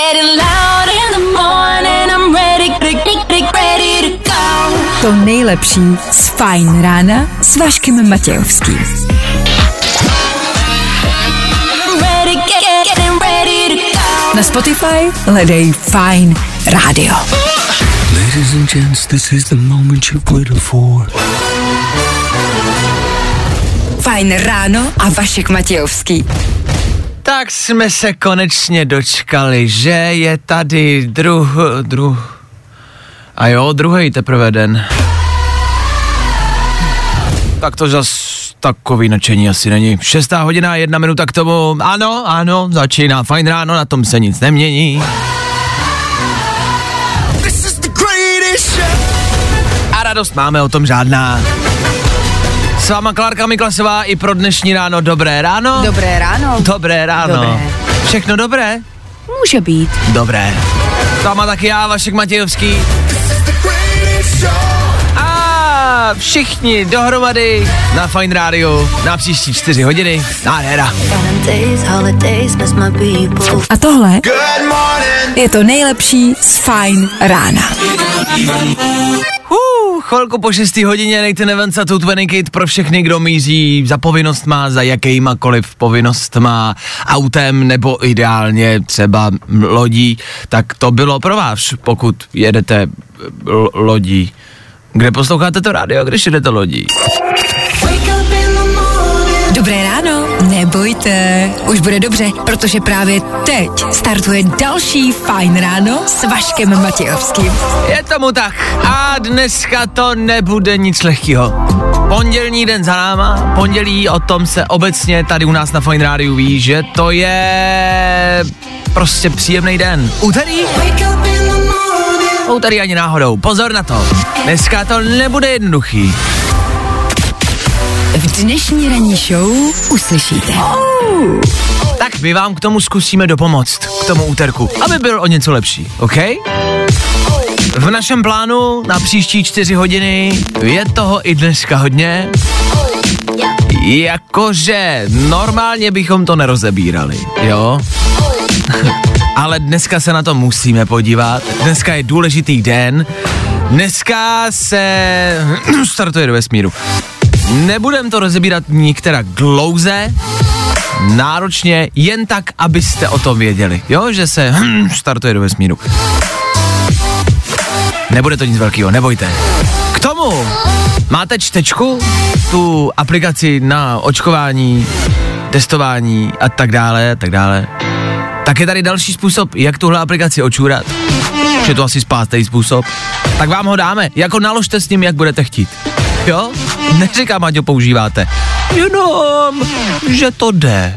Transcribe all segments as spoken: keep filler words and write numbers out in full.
To nejlepší z Fajn rána s Vaškem Matějovským. Na Spotify hledej Fajn rádio. Ladies and gents, this is the moment you've waited for. Fajn ráno a Vašek Matějovský. Tak jsme se konečně dočkali, že je tady druh... druh... A jo, druhý teprve den. Tak to zas takový nadšení asi není. Šestá hodina, jedna minuta k tomu. Ano, ano, začíná Fajn ráno, na tom se nic nemění. A radost máme, o tom žádná. S váma Klárka Miklasová i pro dnešní ráno. Dobré ráno. Dobré ráno. Dobré ráno. Dobré. Všechno dobré? Může být. Dobré. S váma taky já, Vašek Matějovský. A všichni dohromady na Fajn rádiu na příští čtyři hodiny. Nádhera. A tohle je to nejlepší z Fajn rána. Uh, chvilku po šestý hodině nejte nevenca tu dvacet pro všechny, kdo míří za povinnostma, za jakýmakoliv povinnostma, autem nebo ideálně třeba lodí, tak to bylo pro vás, pokud jedete l- lodí. Kde posloucháte to rádio, když jedete lodí? Dobré ráno, nebojte, už bude dobře, protože právě teď startuje další Fajn ráno s Vaškem Matějovským. Je tomu tak a dneska to nebude nic lehkýho. Pondělní den za náma, pondělí, o tom se obecně tady u nás na Fajn rádiu ví, že to je prostě příjemný den. Úterý? Úterý ani náhodou, pozor na to, dneska to nebude jednoduchý. V dnešní ranní show uslyšíte. Oh. Tak my vám k tomu zkusíme dopomoct, k tomu úterku, aby byl o něco lepší, OK? V našem plánu na příští čtyři hodiny je toho i dneska hodně. Jakože normálně bychom to nerozebírali, jo? Ale dneska se na to musíme podívat, dneska je důležitý den, dneska se startuje do vesmíru. Nebudem to rozebírat nikterak dlouze, náročně, jen tak, abyste o tom věděli, jo, že se hm, startuje do vesmíru. Nebude to nic velkého, nebojte. K tomu máte čtečku, tu aplikaci na očkování, testování a tak dále, a tak dále. Tak je tady další způsob, jak tuhle aplikaci očůrat. Je to asi spátý způsob. Tak vám ho dáme, jako naložte s ním, jak budete chtít. Jo? Neříkám, ať ho používáte. Jenom, že to jde.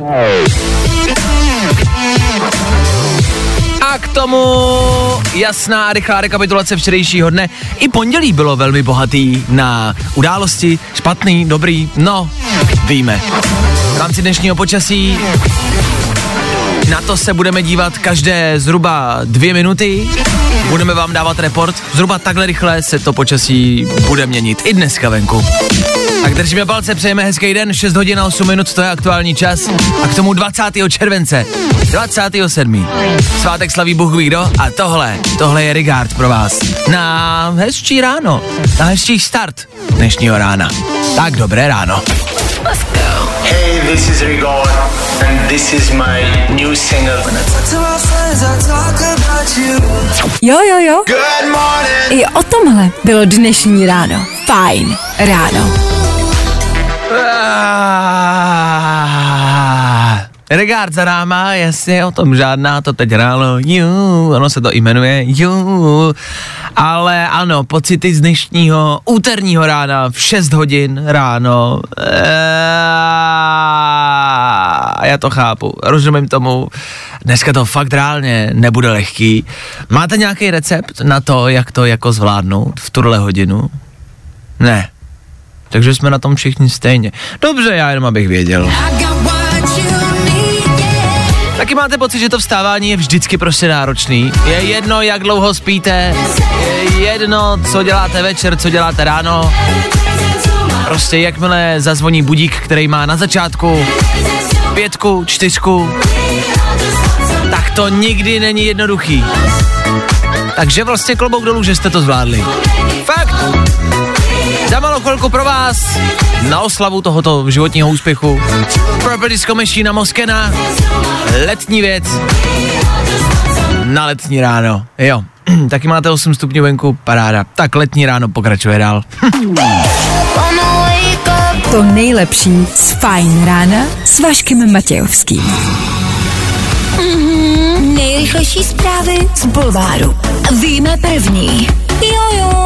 A k tomu jasná a rychlá rekapitulace včerejšího dne. I pondělí bylo velmi bohatý na události, špatný, dobrý, no, víme. V rámci dnešního počasí na to se budeme dívat každé zhruba dvě minuty. Budeme vám dávat report. Zhruba takhle rychle se to počasí bude měnit i dneska venku. Tak držíme palce, přejeme hezký den, šest hodin a osm minut, to je aktuální čas. A k tomu dvacátého července, dvacátého sedmého Svátek slaví Bůh ví kdo a tohle, tohle je regard pro vás. Na hezčí ráno, na hezčí start dnešního rána. Tak dobré ráno. Let's go. Hey, this is Rigor and this is my new single. Jo, jo, jo. Good morning. I o tomhle bylo dnešní ráno. Fajn ráno. Regard za náma, jasně, o tom žádná, to teď ráno, jú, ono se to jmenuje, jú, ale ano, pocity z dnešního úterního rána v šest hodin ráno, a já to chápu, rozumím tomu, dneska to fakt reálně nebude lehký. Máte nějaký recept na to, jak to jako zvládnout v tuhle hodinu? Ne. Takže jsme na tom všichni stejně. Dobře, já jenom abych věděl. Taky máte pocit, že to vstávání je vždycky prostě náročný. Je jedno, jak dlouho spíte, je jedno, co děláte večer, co děláte ráno. Prostě jakmile zazvoní budík, který má na začátku pětku, čtyřku, tak to nikdy není jednoduchý. Takže vlastně klobouk dolů, že jste to zvládli. Fakt. Za malou chvilku pro vás na oslavu tohoto životního úspěchu Purple Disco Machine a Moskena. Letní věc na letní ráno. Jo, taky máte osm stupňů venku, paráda. Tak letní ráno pokračuje dál. To nejlepší z Fajn rána s Vaškem Matějovským. Mm-hmm, nejrychlejší zprávy z bulváru. Víme první. Jojo.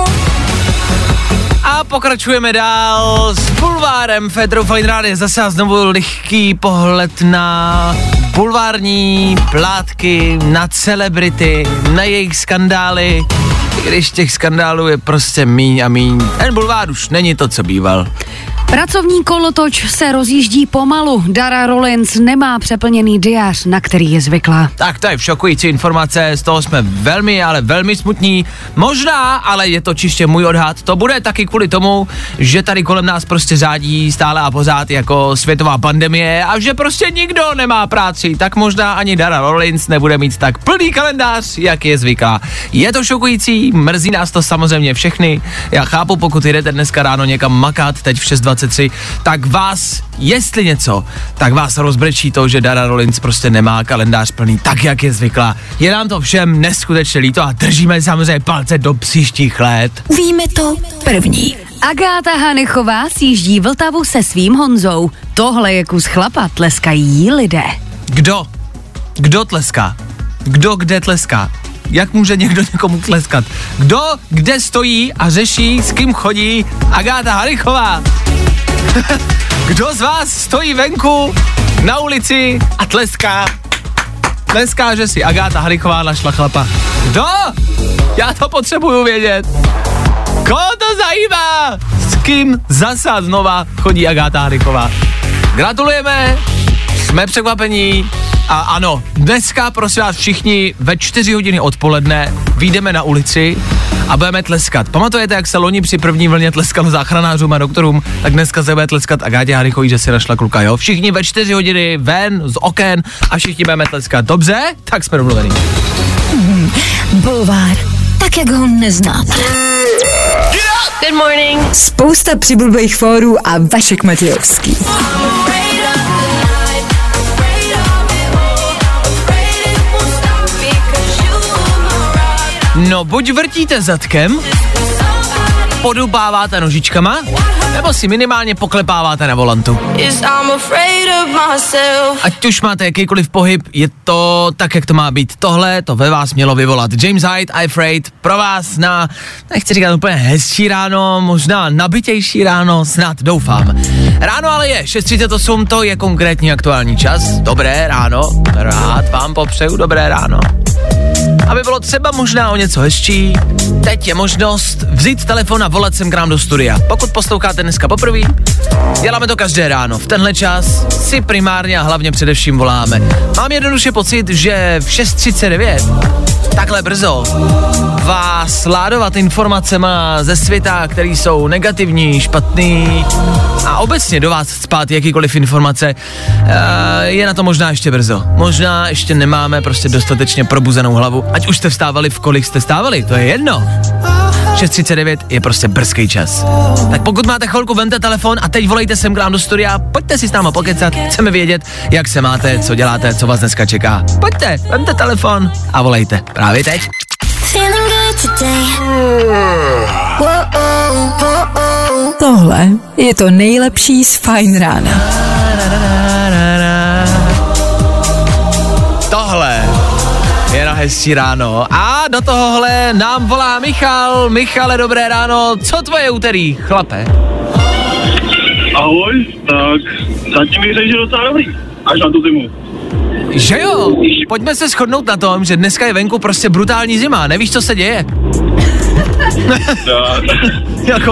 A pokračujeme dál s bulvárem Féteru Fajn rádia. Zase znovu lehký pohled na bulvární plátky, na celebrity, na jejich skandály. I když těch skandálů je prostě míň a míň. Ten bulvár už není to, co býval. Pracovní kolotoč se rozjíždí pomalu. Dara Rollins nemá přeplněný diář, na který je zvyklá. Tak to je šokující informace, z toho jsme velmi, ale velmi smutní. Možná, ale je to čistě můj odhad, to bude taky kvůli tomu, že tady kolem nás prostě řádí stále a pořád jako světová pandemie a že prostě nikdo nemá práci, tak možná ani Dara Rollins nebude mít tak plný kalendář, jak je zvyklá. Je to šokující, mrzí nás to samozřejmě všechny. Já chápu, pokud jdete dneska ráno někam makat, teď v šest dvacet tři, tak vás, jestli něco, tak vás rozbrečí to, že Dara Rollins prostě nemá kalendář plný tak, jak je zvyklá. Je nám to všem neskutečně líto a držíme samozřejmě palce do příštích let. Víme to první. Agáta Hanechová sjíždí Vltavu se svým Honzou. Tohle je kus chlapa, tleskají jí lidé. Kdo? Kdo tleská? Kdo kde tleská? Jak může někdo někomu tleskat? Kdo kde stojí a řeší, s kým chodí Agáta Hanechová? Kdo z vás stojí venku na ulici a tleská? Tleská, že si Agáta Hanechová našla chlapa. Kdo? Já to potřebuju vědět. Koho to zajímá? S kým zase znova chodí Agáta Hanechová? Gratulujeme, jsme překvapení. A ano, dneska prosím vás všichni ve čtyři hodiny odpoledne vyjdeme na ulici a budeme tleskat. Pamatujete, jak se loni při první vlně tleskalo záchranářům a doktorům, tak dneska se bude tleskat Agátě Hanechový, že si našla kluka, jo? Všichni ve čtyři hodiny ven z oken a všichni budeme tleskat. Dobře? Tak jsme domluvení. Mm, bulvár, tak jak ho neznáte. Good morning. Spousta přibulbých fórů a Vašek Matějovský. No, buď vrtíte zadkem, podupáváte nožičkama, nebo si minimálně poklepáváte na volantu. Ať už máte jakýkoliv pohyb, je to tak, jak to má být. Tohle to ve vás mělo vyvolat James Hyde, Afraid, pro vás na, nechci říkat úplně hezčí ráno, možná nabitější ráno, snad doufám. Ráno ale je, šest třicet osm, to je konkrétní aktuální čas. Dobré ráno, rád vám popřeju dobré ráno. Aby bylo třeba možná o něco hezčí, teď je možnost vzít telefon a volat sem k nám do studia. Pokud posloucháte dneska poprvé, děláme to každé ráno. V tenhle čas si primárně a hlavně především voláme. Mám jednoduše pocit, že v šest třicet devět, takhle brzo, vás sládovat informacema ze světa, které jsou negativní, špatný a obecně do vás spát jakýkoliv informace, je na to možná ještě brzo. Možná ještě nemáme prostě dostatečně probuzenou hlavu. Ať už jste vstávali, v kolik jste vstávali, to je jedno. šest třicet devět je prostě brzký čas. Tak pokud máte chvilku, vemte telefon a teď volejte sem k nám do studia, pojďte si s náma pokecat, chceme vědět, jak se máte, co děláte, co vás dneska čeká. Pojďte, vemte telefon a volejte právě teď. Tohle je to nejlepší z Fajn rána. Tohle je na hezčí ráno a do tohohle nám volá Michal. Michale, dobré ráno, co tvoje úterý, chlape? Ahoj, tak zatím bych řekl, že docela dobrý, až na tu zimu. Že jo, pojďme se shodnout na tom, že dneska je venku prostě brutální zima, nevíš, co se děje? Já, Jako...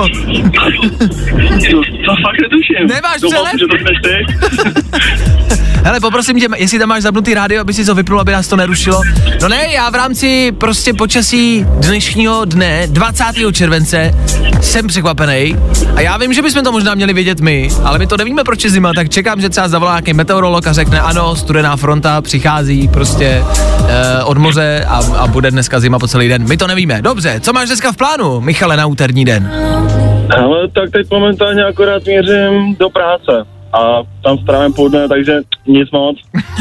To, to fakt netuším. Nemáš Doufám, přehled? že to jsi ty. Hele, poprosím tě, jestli tam máš zapnutý rádio, aby si to vypnul, aby nás to nerušilo. No ne, já v rámci prostě počasí dnešního dne, dvacátého července, jsem překvapený. A já vím, že bychom to možná měli vědět my, ale my to nevíme, proč je zima, tak čekám, že třeba zavolá nějaký meteorolog a řekne, ano, studená fronta přichází prostě eh, od moře a, a bude dneska zima po celý den. My to nevíme. Dobře, co máš dneska v plánu, Michale, na úterní den? Ale tak teď momentálně akorát mířím do práce. A tam strávím půl dne, takže nic moc.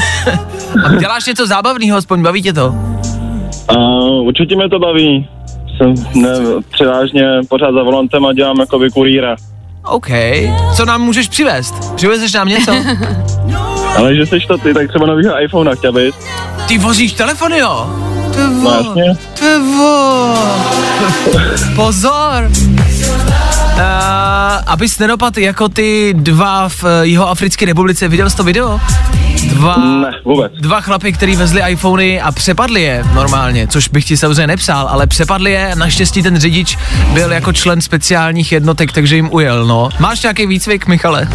A děláš něco zábavného, aspoň baví tě to? A určitě mě to baví. Jsem ne, převážně pořád za volantem a dělám jako kurýra. OK. Co nám můžeš přivést? Přivezeš nám něco? Ale že seš to ty, tak třeba novýho iPhonea chtěl být. Ty vozíš telefony, jo? No jasně. Tvo. Pozor. Uh, abys nedopadl jako ty dva v uh, Jihoafrické republice, viděl jsi to video? Dva, ne, vůbec. Dva chlapy, který vezli iPhony a přepadli je normálně, což bych ti samozřejmě nepsal, ale přepadli je, naštěstí ten řidič byl jako člen speciálních jednotek, takže jim ujel, no. Máš nějaký výcvik, Michale?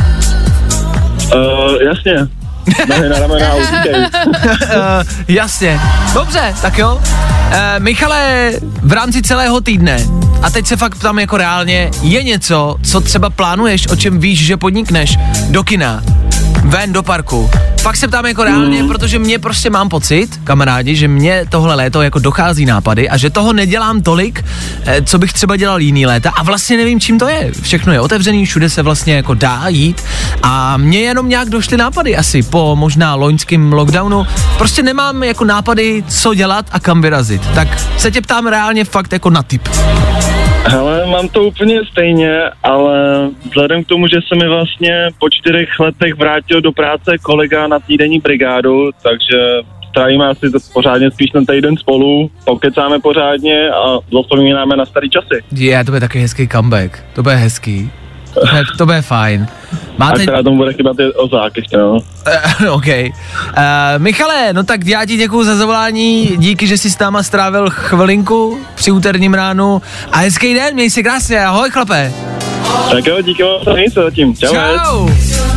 Uh, jasně. Nohy na ramena a utíkej. uh, jasně. Dobře, tak jo. Uh, Michale, v rámci celého týdne, a teď se fakt ptám jako reálně, je něco, co třeba plánuješ, o čem víš, že podnikneš? Do kina, ven do parku. Fakt se ptám jako reálně, mm. protože mě prostě mám pocit, kamarádi, že mě tohle léto jako dochází nápady a že toho nedělám tolik, eh, co bych třeba dělal jiný léta a vlastně nevím, čím to je. Všechno je otevřený, všude se vlastně jako dá jít a mně jenom nějak došly nápady asi po možná loňském lockdownu. Prostě nemám jako nápady, co dělat a kam vyrazit. Tak se tě ptám reálně fakt jako na tip. Hele, mám to úplně stejně, ale vzhledem k tomu, že se mi vlastně po čtyřech letech vrátil do práce kolega na týdenní brigádu, takže strávíme asi to pořádně spíš ten týden spolu, pokecáme pořádně a zavzpomínáme na starý časy. Je, yeah, to bude taky hezký comeback, to bude hezký. To bude, to bude fajn. Máte... A která tomu bude chybat je Ozák ještě, no. Uh, OK. Uh, Michale, no tak já ti děkuju za zavolání, díky, že jsi s náma strávil chvilinku při úterním ránu a hezký den, měj se krásně, ahoj chlape. Tak jo, díky vám za nic zatím. Čau. Čau.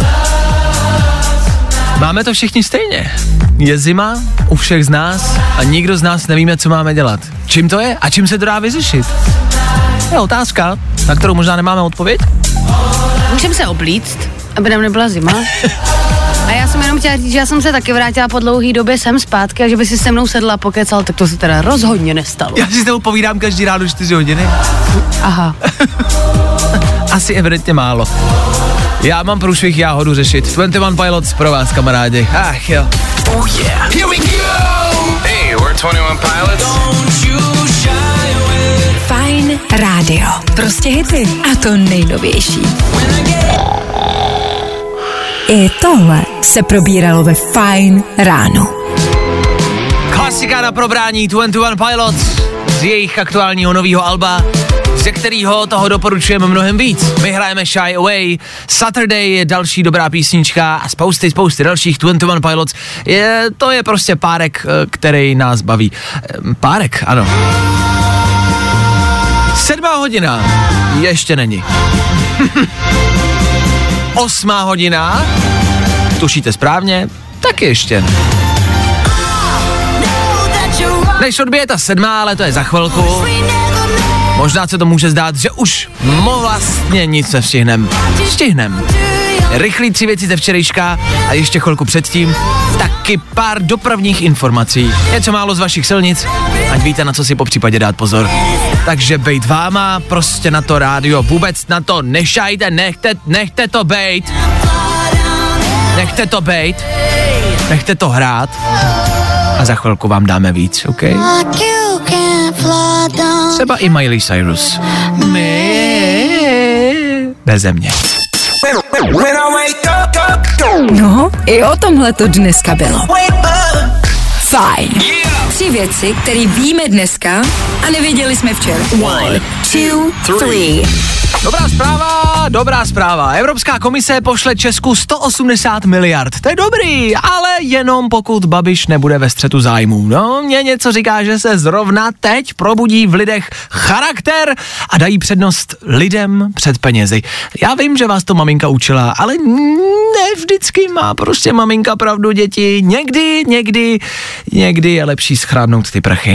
Máme to všichni stejně. Je zima u všech z nás a nikdo z nás nevíme, co máme dělat. Čím to je a čím se to dá vyřešit? Je otázka, na kterou možná nemáme odpověď. Můžeme se oblíct, aby nám nebyla zima. A já jsem jenom chtěla říct, že já jsem se taky vrátila po dlouhý době sem zpátky a že by si se mnou sedla a pokecal, tak to se teda rozhodně nestalo. Já si s tebou povídám každý ráno čtyři hodiny. Aha. Asi evidentně málo. Já mám průšvih, já hodu řešit. dvacet jedna Pilots pro vás, kamarádi. Ach jo. Oh yeah. Here we go. Hey, we're twenty one Pilots. Don't you shy away. Fajn rádio. Prostě hity. A to nejnovější. I tohle se probíralo ve Fajn ráno. Klasika na probrání dvacet jedna Pilots z jejich aktuálního nového alba, ze kterého toho doporučujeme mnohem víc. My hrajeme Shy Away, Saturday je další dobrá písnička a spousty, spousty dalších dvacet jedna Pilots. Je, to je prostě párek, který nás baví. Párek, ano. Sedmá hodina ještě není. Osmá hodina, tušíte správně, tak ještě ne. Než odbije ta sedmá, ale to je za chvilku. Možná se to může zdát, že už vlastně nic nevstihnem. Stihnem. Rychlý tři věci ze včerejška a ještě chvilku předtím taky pár dopravních informací. Něco málo z vašich silnic, ať víte, na co si po případě dát pozor. Takže bejt váma, prostě na to rádio, vůbec na to nešajte, nechte, nechte to bejt. Nechte to bejt. Nechte to hrát. A za chvilku vám dáme víc, OK? Třeba i Miley Cyrus. My beze mě. No, i o tomhle to dneska bylo. Fajn. Tři věci, které víme dneska a nevěděli jsme včera. One, two, three. Dobrá zpráva, dobrá zpráva. Evropská komise pošle Česku sto osmdesát miliard. To je dobrý, ale jenom pokud Babiš nebude ve střetu zájmů. No, mě něco říká, že se zrovna teď probudí v lidech charakter a dají přednost lidem před penězi. Já vím, že vás to maminka učila, ale ne vždycky má prostě maminka pravdu, děti. Někdy, někdy, někdy je lepší schrádnout ty prachy.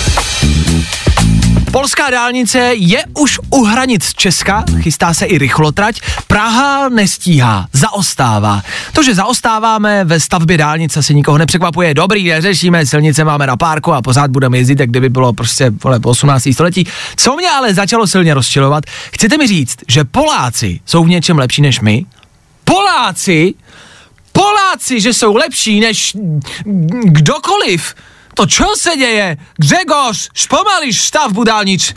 Polská dálnice je už u hranic Česka, chystá se i rychlotrať, Praha nestíhá, zaostává. To, že zaostáváme ve stavbě dálnice, se nikoho nepřekvapuje, dobrý, neřešíme, silnice máme na párku a pořád budeme jezdit, jak kdyby bylo prostě vole, osmnáctého století. Co mě ale začalo silně rozčilovat, chcete mi říct, že Poláci jsou v něčem lepší než my? Poláci? Poláci, že jsou lepší než kdokoliv? To čo se děje? Grzegorz, zpomalíš stavbu dálnic.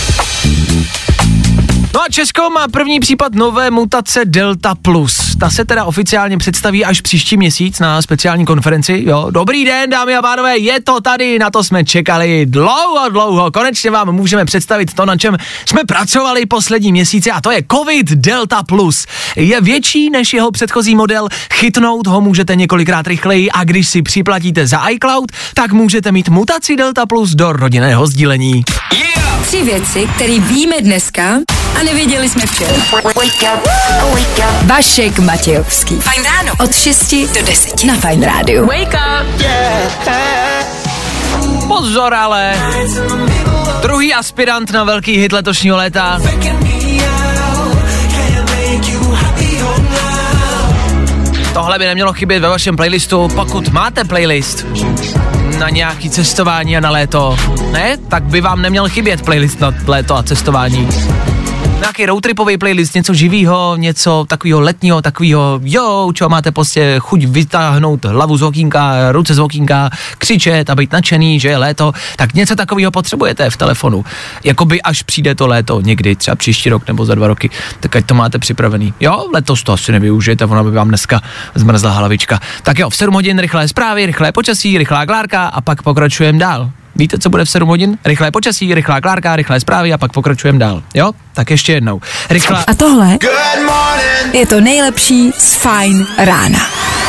No a Česko má první případ nové mutace Delta plus. Ta se teda oficiálně představí až příští měsíc na speciální konferenci. Jo, dobrý den, dámy a pánové, je to tady, na to jsme čekali dlouho, dlouho. Konečně vám můžeme představit to, na čem jsme pracovali poslední měsíce, a to je COVID Delta plus. Je větší než jeho předchozí model, chytnout ho můžete několikrát rychleji a když si připlatíte za iCloud, tak můžete mít mutaci Delta plus do rodinného sdílení. Yeah! Tři věci, které víme dneska a nevěděli jsme včera. Vašek Matějovský. Fajn ráno. Od šesti do deseti na Fajn rádiu. Wake up. Yeah. Pozor ale. Druhý aspirant na velký hit letošního léta. Tohle by nemělo chybět ve vašem playlistu, pokud máte playlist na nějaký cestování a na léto, ne? Tak by vám neměl chybět playlist na léto a cestování. Nějaký roadtripový playlist, něco živýho, něco takového letního, takového, jo, čeho máte prostě chuť vytáhnout hlavu z okýnka, ruce z okýnka, křičet a být nadšený, že je léto, tak něco takového potřebujete v telefonu. Jakoby až přijde to léto někdy, třeba příští rok nebo za dva roky, tak ať to máte připravený. Jo, letos to asi nevyužijete, ona by vám dneska zmrzla hlavička. Tak jo, v sedm hodin rychlé zprávy, rychlé počasí, rychlá Klárka a pak pokračujeme dál. Víte, co bude v sedm hodin? Rychlé počasí, rychlá Klárka, rychlé zprávy a pak pokračujeme dál. Jo? Tak ještě jednou. Rychlá... A tohle je to nejlepší z Fajn rána.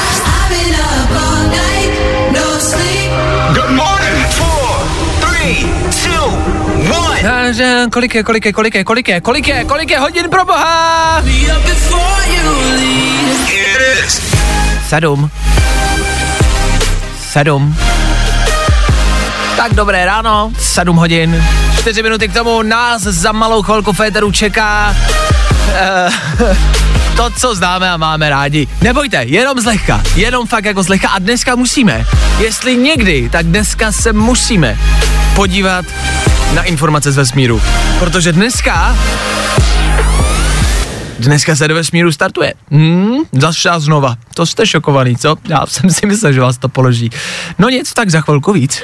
Good morning. Four, three, two, one. Kolik je, kolik je, kolik je, kolik je, kolik je, kolik je hodin pro boha? Sedm. Sedm. Tak dobré ráno, sedm hodin, čtyři minuty k tomu, nás za malou chvilku féteru čeká uh, to, co známe a máme rádi. Nebojte, jenom zlehka, jenom fakt jako zlehka a dneska musíme, jestli někdy, tak dneska se musíme podívat na informace z vesmíru, protože dneska, dneska se do vesmíru startuje. Hmm, zase znova. To jste šokovaný, co? Já jsem si myslel, že vás to položí. No nic, tak za chvilku víc.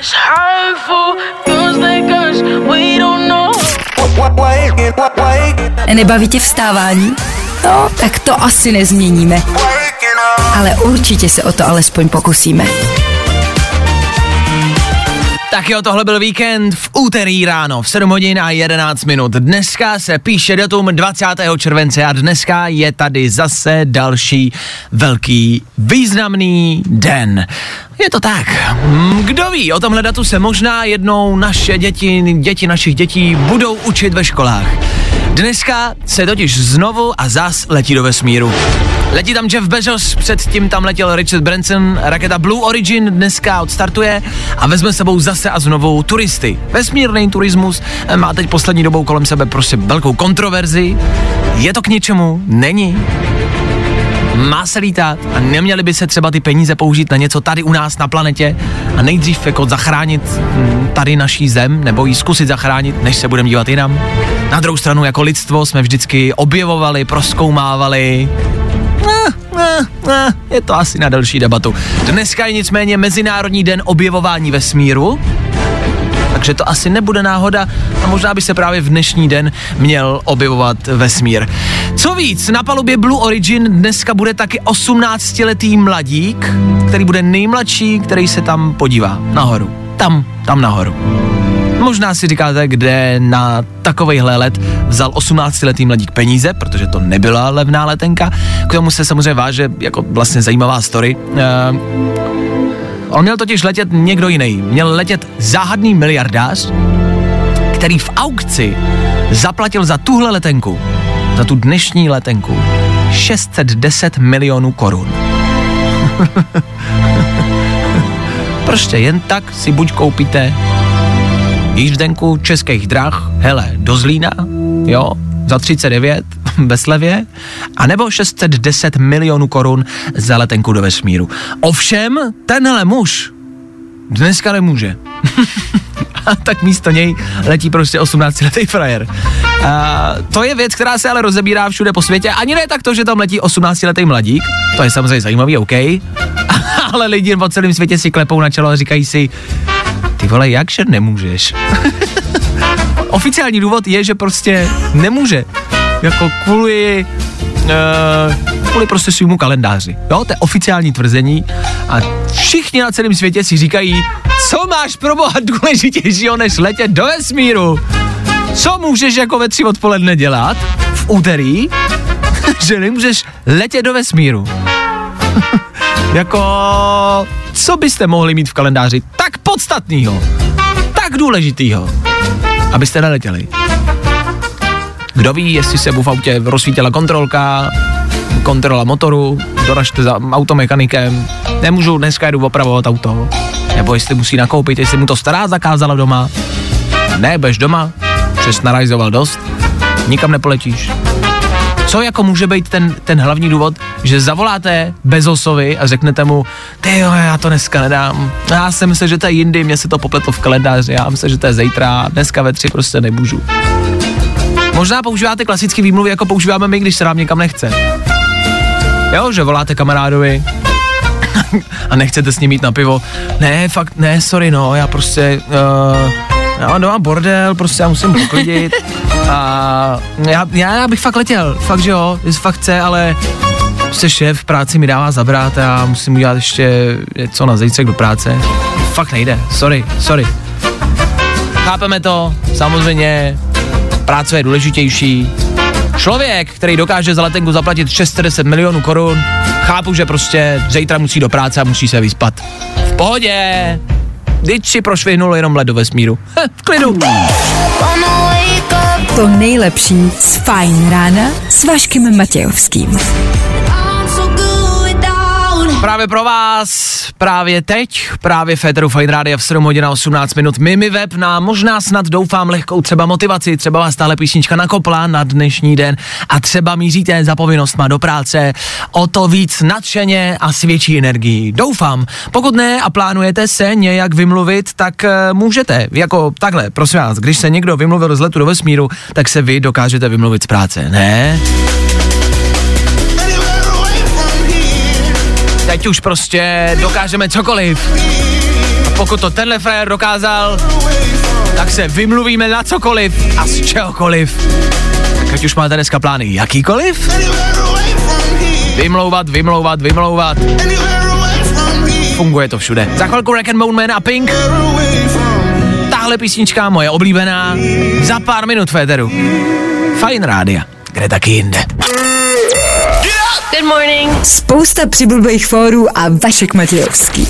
Nebaví tě vstávání? No, tak to asi nezměníme. Ale určitě se o to alespoň pokusíme. Tak jo, tohle byl víkend v úterý ráno v sedm hodin a jedenáct minut. Dneska se píše datum dvacátého července a dneska je tady zase další velký významný den. Je to tak. Kdo ví, o tomhle datu se možná jednou naše děti, děti našich dětí budou učit ve školách. Dneska se totiž znovu a zas letí do vesmíru. Letí tam Jeff Bezos, předtím tam letěl Richard Branson, raketa Blue Origin dneska odstartuje a vezme s sebou zase a znovu turisty. Vesmírný turismus má teď poslední dobou kolem sebe prostě velkou kontroverzi. Je to k něčemu? Není? Má se lítat a neměly by se třeba ty peníze použít na něco tady u nás na planetě a nejdřív jako zachránit tady naší zem nebo ji zkusit zachránit, než se budeme dívat jinam. Na druhou stranu jako lidstvo jsme vždycky objevovali, prozkoumávali. Eh, eh, eh, je to asi na další debatu. Dneska je nicméně Mezinárodní den objevování vesmíru, takže to asi nebude náhoda a možná by se právě v dnešní den měl objevovat vesmír. Co víc, na palubě Blue Origin dneska bude taky osmnáctiletý mladík, který bude nejmladší, který se tam podívá nahoru. Tam, tam nahoru. Možná si říkáte, kde na takovejhle let vzal osmnáctiletý mladík peníze, protože to nebyla levná letenka. K tomu se samozřejmě váže jako vlastně zajímavá story. Uh, on měl totiž letět někdo jiný. Měl letět záhadný miliardář, který v aukci zaplatil za tuhle letenku, za tu dnešní letenku, šest set deset milionů korun. Prostě jen tak si buď koupíte jízdenku Českých drah, hele, do Zlína, jo, za třicet devět ve slevě, anebo šest set deset milionů korun za letenku do vesmíru. Ovšem, tenhle muž dneska nemůže. A tak místo něj letí prostě osmnáctiletý frajer. A to je věc, která se ale rozebírá všude po světě. Ani ne tak to, že tam letí osmnáctiletý mladík, to je samozřejmě zajímavý, OK, ale lidi po celém světě si klepou na čelo a říkají si, ty vole, jakže nemůžeš? Oficiální důvod je, že prostě nemůže. Jako kvůli, uh, kvůli prostě svýmu kalendáři. Jo, to je oficiální tvrzení a všichni na celém světě si říkají, co máš pro boha důležitějšího, než letět do vesmíru? Co můžeš jako ve tři odpoledne dělat v úterý, že nemůžeš letět do vesmíru? Jako, co byste mohli mít v kalendáři tak podstatnýho, tak důležitýho, abyste neletěli? Kdo ví, jestli se mu v autě rozsvítila kontrolka, kontrola motoru, doražte za automechanikem, nemůžu, dneska jdu opravovat auto, nebo jestli musí nakoupit, jestli mu to stará zakázala doma, ne, budeš doma, přes narajzoval dost, nikam nepoletíš. Co jako může být ten, ten hlavní důvod, že zavoláte Bezosovi a řeknete mu, ty jo, já to dneska nedám, já jsem myslel, že to je jindy, mě se to popletlo v kalendáři, já myslím, že to je zítra, dneska ve tři prostě nemůžu. Možná používáte klasický výmluvy, jako používáme my, když se nám někam nechce. Jo, že voláte kamarádovi a nechcete s ním jít na pivo. Ne, fakt, ne, sorry, no, já prostě, uh, já mám doma bordel, prostě já musím poklidit a já, já, já bych fakt letěl, fakt, že jo, jestli fakt chce, ale prostě šéf v práci mi dává zabrat a já musím udělat ještě něco na zítřek do práce. Fakt nejde, sorry, sorry. Chápeme to, samozřejmě, práce je důležitější. Člověk, který dokáže za letenku zaplatit šest set deset milionů korun, chápu, že prostě zítra musí do práce a musí se vyspat. V pohodě. Vždyť si prošvihnul jenom let do vesmíru. Heh, v klidu. To nejlepší z Fajn rána s Vaškem Matějovským. Právě pro vás, právě teď, právě v éteru Fajn rádia v sedm hodin a osmnáct minut Mimi Web na možná snad doufám lehkou třeba motivaci, třeba vás tahle písnička nakopla na dnešní den a třeba míříte za povinnostma do práce o to víc nadšeně a s větší energií. Doufám, pokud ne a plánujete se nějak vymluvit, tak uh, můžete, jako takhle, prosím vás, když se někdo vymluvil z letu do vesmíru, tak se vy dokážete vymluvit z práce, ne? Teď už prostě dokážeme cokoliv. A pokud to tenhle frajer dokázal, tak se vymluvíme na cokoliv a z čehokoliv. Tak ať už máte dneska plány jakýkoliv. Vymlouvat, vymlouvat, vymlouvat. Funguje to všude. Za chvilku Rack and Bone Man a Pink. Tahle písnička moje oblíbená. Za pár minut v éteru. Fajn rádia. Kde taky jinde. Good morning. Spousta přibulbých fórů a Vašek Matějovský.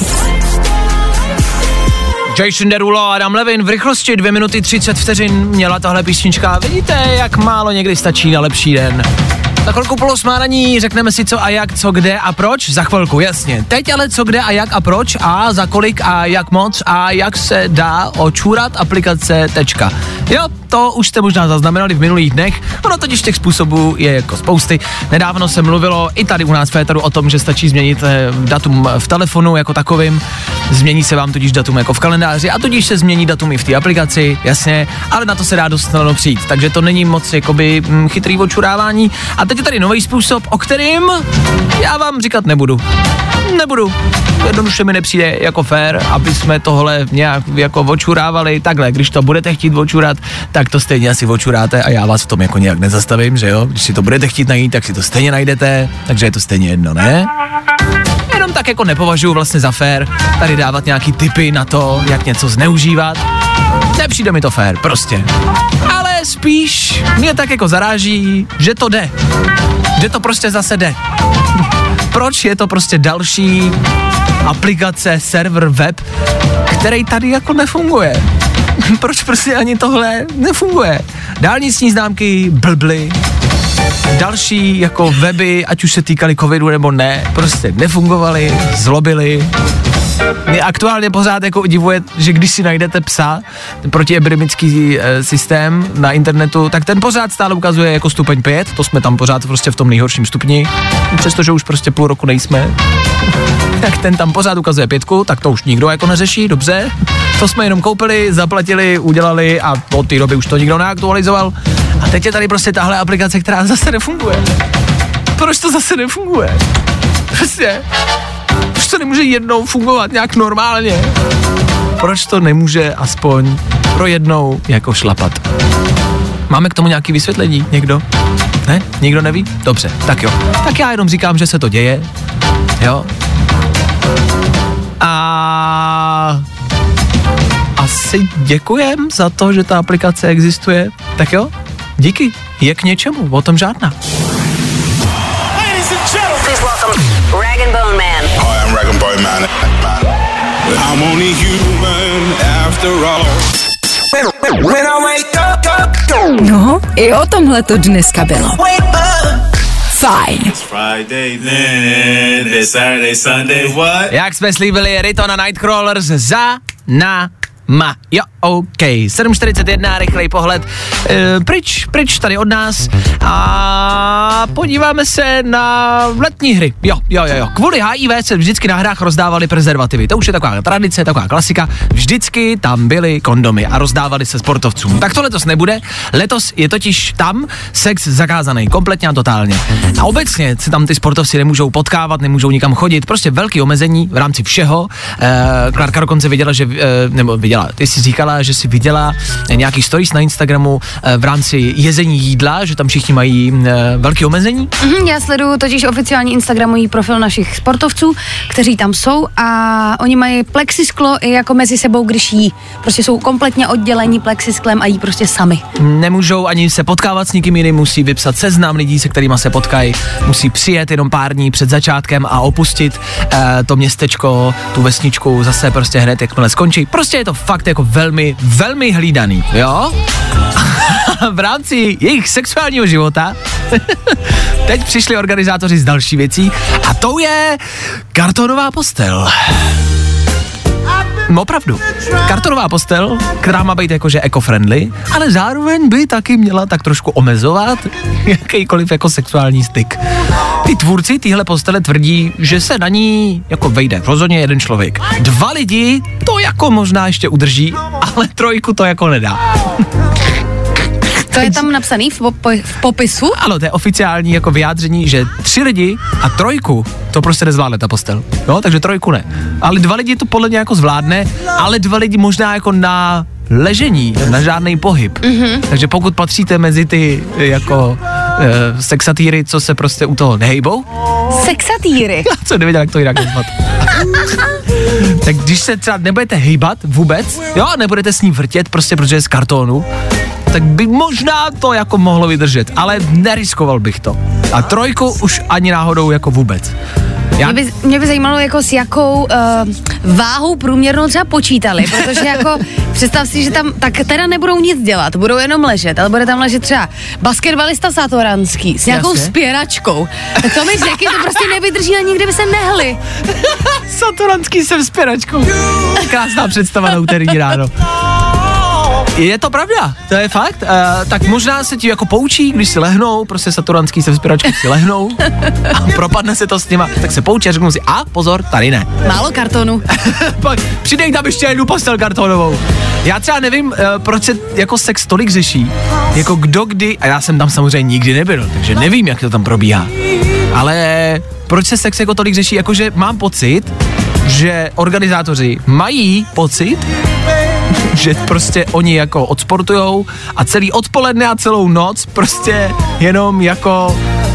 Jason Derulo a Adam Levin v rychlosti dvě minuty třicet vteřin měla tahle písnička. Vidíte, jak málo někdy stačí na lepší den. Za chvilku půl osmáraní řekneme si co a jak, co kde a proč. Za chvilku, jasně. Teď ale co kde a jak a proč a za kolik a jak moc a jak se dá očůrat aplikace Tečka. Jo, to už jste možná zaznamenali v minulých dnech, ono totiž těch způsobů je jako spousty. Nedávno se mluvilo i tady u nás v éteru o tom, že stačí změnit eh, datum v telefonu jako takovým, změní se vám tudíž datum jako v kalendáři a tudíž se změní datum i v té aplikaci, jasně, ale na to se dá dost snadno přijít, takže to není moc jakoby hm, chytrý očurávání. A teď je tady nový způsob, o kterým já vám říkat nebudu. Nebudu. Jednoduše mi nepřijde jako fér, aby jsme tohle nějak jako očurávali. Takhle, když to budete chtít očurat, tak to stejně asi očuráte a já vás v tom jako nějak nezastavím, že jo? Když si to budete chtít najít, tak si to stejně najdete, takže je to stejně jedno, ne? Jenom tak jako nepovažuji vlastně za fér tady dávat nějaký tipy na to, jak něco zneužívat. Nepřijde mi to fér, prostě. Ale spíš mě tak jako zaráží, že to jde. Že to prostě zase jde. Proč je to prostě další aplikace, server, web, který tady jako nefunguje? Proč prostě ani tohle nefunguje? Dálniční známky blbly, další jako weby, ať už se týkaly covidu nebo ne, prostě nefungovaly, zlobily. Mě aktuálně pořád jako udivuje, že když si najdete psa, ten protiepidemický e, systém na internetu, tak ten pořád stále ukazuje jako stupeň pět, to jsme tam pořád prostě v tom nejhorším stupni, přestože už prostě půl roku nejsme. Tak ten tam pořád ukazuje pětku, tak to už nikdo jako neřeší, dobře. To jsme jenom koupili, zaplatili, udělali a od té doby už to nikdo neaktualizoval. A teď je tady prostě tahle aplikace, která zase nefunguje. Proč to zase nefunguje? Prostě. Proč to nemůže jednou fungovat nějak normálně? Proč to nemůže aspoň pro jednou jako šlapat? Máme k tomu nějaký vysvětlení? Někdo? Ne? Nikdo neví? Dobře, tak jo. Tak já jenom říkám, že se to děje. Jo. A asi děkujem za to, že ta aplikace existuje. Tak jo, díky. Je k něčemu, o tom žádná. Please welcome Rag and Bone Man. Hi, I'm Rag and Bone Man. I'm only human after all. When I wake up, up, No, i o tomhle to dneska bylo. Fajn. It's Friday then, it's Saturday, Sunday, what? Jak jsme slíbili, Rito na Nightcrawlers za na ma. Jo, OK. sedm čtyřicet jedna, rychlej pohled. E, pryč, pryč tady od nás. A podíváme se na letní hry. Jo, jo, jo, jo. Kvůli H I V se vždycky na hrách rozdávaly prezervativy. To už je taková tradice, taková klasika. Vždycky tam byly kondomy a rozdávali se sportovcům. Tak to letos nebude. Letos je totiž tam sex zakázaný, kompletně a totálně. A obecně se tam ty sportovci nemůžou potkávat, nemůžou nikam chodit. Prostě velký omezení v rámci všeho. E, Klárka dokonce viděla, že, e, nebo viděla, ty jsi říkala, že si viděla nějaký stories na Instagramu e, v rámci jezení jídla, že tam všichni mají e, velký omezení. Mm, já sleduju totiž oficiální instagramový profil našich sportovců, kteří tam jsou a oni mají plexisklo i jako mezi sebou, když jí. Prostě jsou kompletně oddělení plexisklem a jí prostě sami. Nemůžou ani se potkávat s nikým jiným, musí vypsat seznam lidí, se kterýma se potkají, musí přijet jenom pár dní před začátkem a opustit e, to městečko, tu vesničku zase prostě hned, jakmile skončí. Prostě je to fakt jako velmi, velmi hlídaný, jo? V rámci jejich sexuálního života teď přišli organizátoři s další věcí a tou je kartonová postel. No opravdu, kartonová postel, která má být jakože eco-friendly, ale zároveň by taky měla tak trošku omezovat jakýkoliv jako sexuální styk. Ty tvůrci téhle postele tvrdí, že se na ní jako vejde rozhodně jeden člověk. Dva lidi to jako možná ještě udrží, ale trojku to jako nedá. To je tam napsaný v, po- v popisu? Ano, to je oficiální jako vyjádření, že tři lidi a trojku to prostě nezvládne ta postel. No, takže trojku ne. Ale dva lidi to podle mě jako zvládne, ale dva lidi možná jako na ležení, na žádný pohyb. Mm-hmm. Takže pokud patříte mezi ty jako e, sexatýry, co se prostě u toho nehejbou. Sexatýry? Já co nevěděl, jak to jinak nazvat. Tak když se třeba nebudete hejbat vůbec, jo, nebudete s ní vrtět, prostě protože je z kartonu, tak by možná to jako mohlo vydržet, ale neriskoval bych to. A trojku už ani náhodou jako vůbec. Já... Mě, by, mě by zajímalo, jako s jakou uh, váhou průměrnou třeba počítali, protože jako představ si, že tam tak teda nebudou nic dělat, budou jenom ležet, ale bude tam ležet třeba basketbalista Satoranský s nějakou Jasně. Spěračkou. Tak to mi řeky, to prostě nevydrží ani kdyby se nehli. Satoranský se spěračkou. Krásná představa na úterý ráno. Je to pravda, to je fakt. Uh, tak možná se ti jako poučí, když si lehnou, prostě satoranský se vzpěračkou si lehnou a propadne se to s nima, tak se poučí a řeknou si, a pozor, tady ne. Málo kartonu. Přidej tam ještě jednu postel kartonovou. Já třeba nevím, uh, proč se jako sex tolik řeší, jako kdo kdy, a já jsem tam samozřejmě nikdy nebyl, takže nevím, jak to tam probíhá. Ale proč se sex jako tolik řeší, jakože mám pocit, že organizátoři mají pocit, že prostě oni jako odsportujou a celý odpoledne a celou noc prostě jenom jako se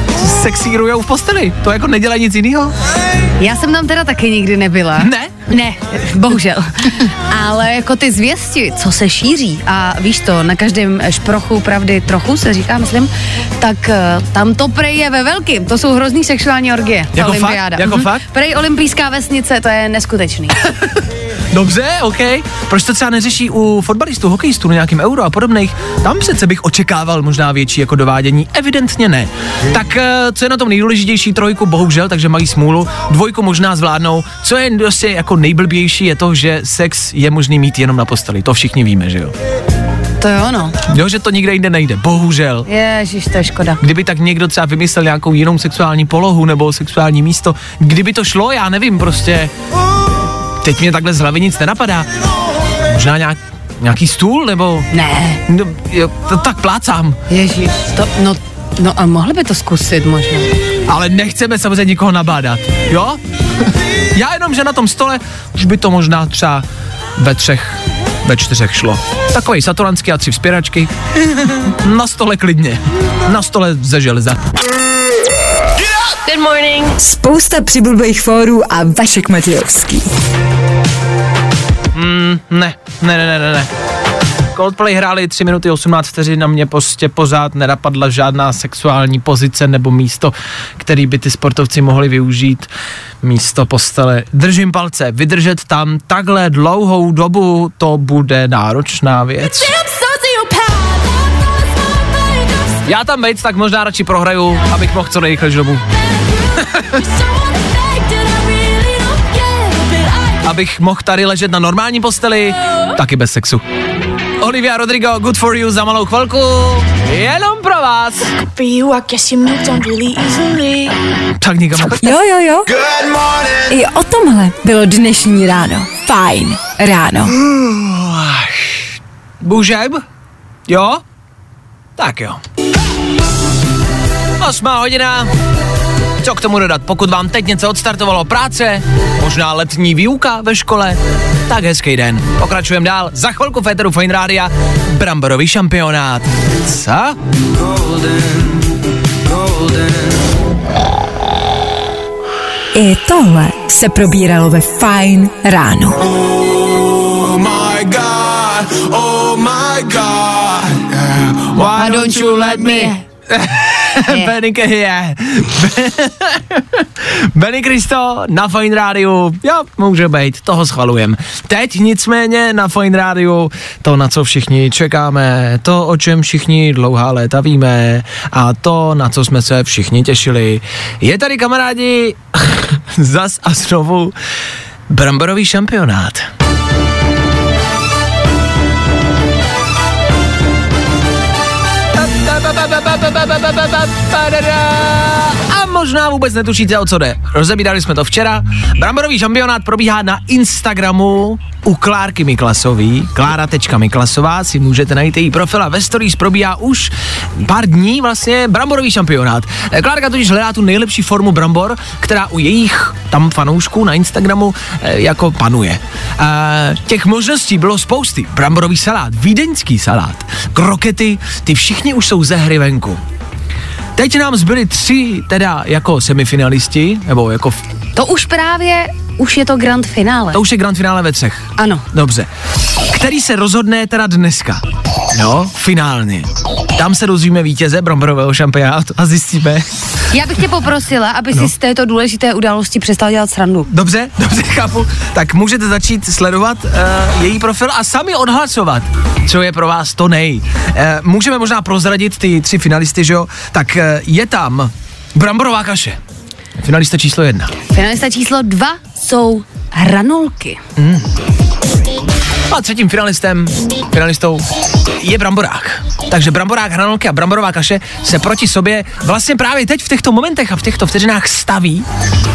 sexírujou v posteli. To jako nedělá nic jiného. Já jsem tam teda taky nikdy nebyla. Ne? Ne, bohužel. Ale jako ty zvěsti, co se šíří a víš to, na každém šprochu pravdy trochu se říká, myslím, tak uh, tam to prej je ve velkým. To jsou hrozný sexuální orgie. Jako olympiáda. fakt? Jako mhm. fakt? Prej olympijská vesnice, to je neskutečný. Dobře, OK. Proč to třeba neřeší u fotbalistů, hokejistů na nějakým Euro a podobných? Tam přece bych očekával možná větší jako dovádění. Evidentně ne. Tak uh, co je na tom nejdůležitější? Trojku bohužel, takže mají smůlu. Dvojku možná zvládnou. Co je prostě jako nejblbější je to, že sex je možný mít jenom na posteli. To všichni víme, že jo? To jo, no. Jo, že to nikde jinde nejde. Bohužel. Ježiš, to je škoda. Kdyby tak někdo třeba vymyslel nějakou jinou sexuální polohu nebo sexuální místo, kdyby to šlo, já nevím, prostě. Teď mě takhle z hlavy nic nenapadá. Možná nějak, nějaký stůl, nebo... Ne. No, jo, to tak plácám. Ježiš, to, no, no a mohli by to zkusit možná. Ale nechceme samozřejmě nikoho nabádat, jo? Já jenom, že na tom stole už by to možná třeba ve třech, ve čtyřech šlo. Takovej satoranský a tři vzpěračky. Na stole klidně. Na stole ze železa. Good morning. Spousta přibulbých fórů a Vašek Matějovský. Mm, ne, ne, ne, ne, ne. Coldplay hráli tři minuty osmnáct vteřin, na mě prostě pořád nenapadla žádná sexuální pozice nebo místo, který by ty sportovci mohli využít místo postele. Držím palce, vydržet tam takhle dlouhou dobu, to bude náročná věc. Já tam bejc, tak možná radši prohraju, abych mohl co nejrychlejší domů. Abych mohl tady ležet na normální posteli, taky bez sexu. Olivia Rodrigo, Good For You za malou chvilku, jenom pro vás. Tak nikam nechoďte. Jo, jo, jo. I o tomhle bylo dnešní ráno. Fajn ráno. Bužeb? Jo? Tak jo. Osmá hodina. Co k tomu dodat? Pokud vám teď něco odstartovalo práce, možná letní výuka ve škole, tak hezký den. Pokračujeme dál. Za chvilku Féteru Fajn Rádia bramborový šampionát. Co? I tohle se probíralo ve Fajn ráno. Oh my God, oh my God, yeah. Why don't you let me... Benny, yeah. Benny Cristo na Fajn Rádiu, jo, může být, toho schvalujem. Teď nicméně na Fajn Rádiu to, na co všichni čekáme, to, o čem všichni dlouhá léta víme a to, na co jsme se všichni těšili. Je tady, kamarádi, zas a znovu bramborový šampionát. A možná vůbec netušíte, o co jde. Rozebírali jsme to včera. Bramborový šampionát probíhá na Instagramu u Klárky Miklasový. Klára.Miklasová, si můžete najít její profil a ve stories probíhá už pár dní vlastně bramborový šampionát. Klárka totiž hledá tu nejlepší formu brambor, která u jejich tam fanoušků na Instagramu eh, jako panuje. Eh, těch možností bylo spousty. Bramborový salát, vídeňský salát, krokety, ty všichni už jsou ze hry venku. Teď nám zbyli tři teda jako semifinalisti, nebo jako... V... To už právě, už je to grand finále. To už je grand finále ve třech. Ano. Dobře. Který se rozhodne teda dneska. No, finálně. Tam se dozvíme vítěze bramborového šampionátu a zjistíme. Já bych tě poprosila, aby no. si z této důležité události přestal dělat srandu. Dobře, dobře, chápu. Tak můžete začít sledovat uh, její profil a sami odhlasovat, co je pro vás to nej. Uh, můžeme možná prozradit ty tři finalisty, že jo? Tak uh, je tam bramborová kaše. Finalista číslo jedna. Finalista číslo dva jsou hranolky. Mm. A třetím finalistem, finalistou je bramborák. Takže bramborák, hranolky a bramborová kaše se proti sobě vlastně právě teď v těchto momentech a v těchto vteřinách staví.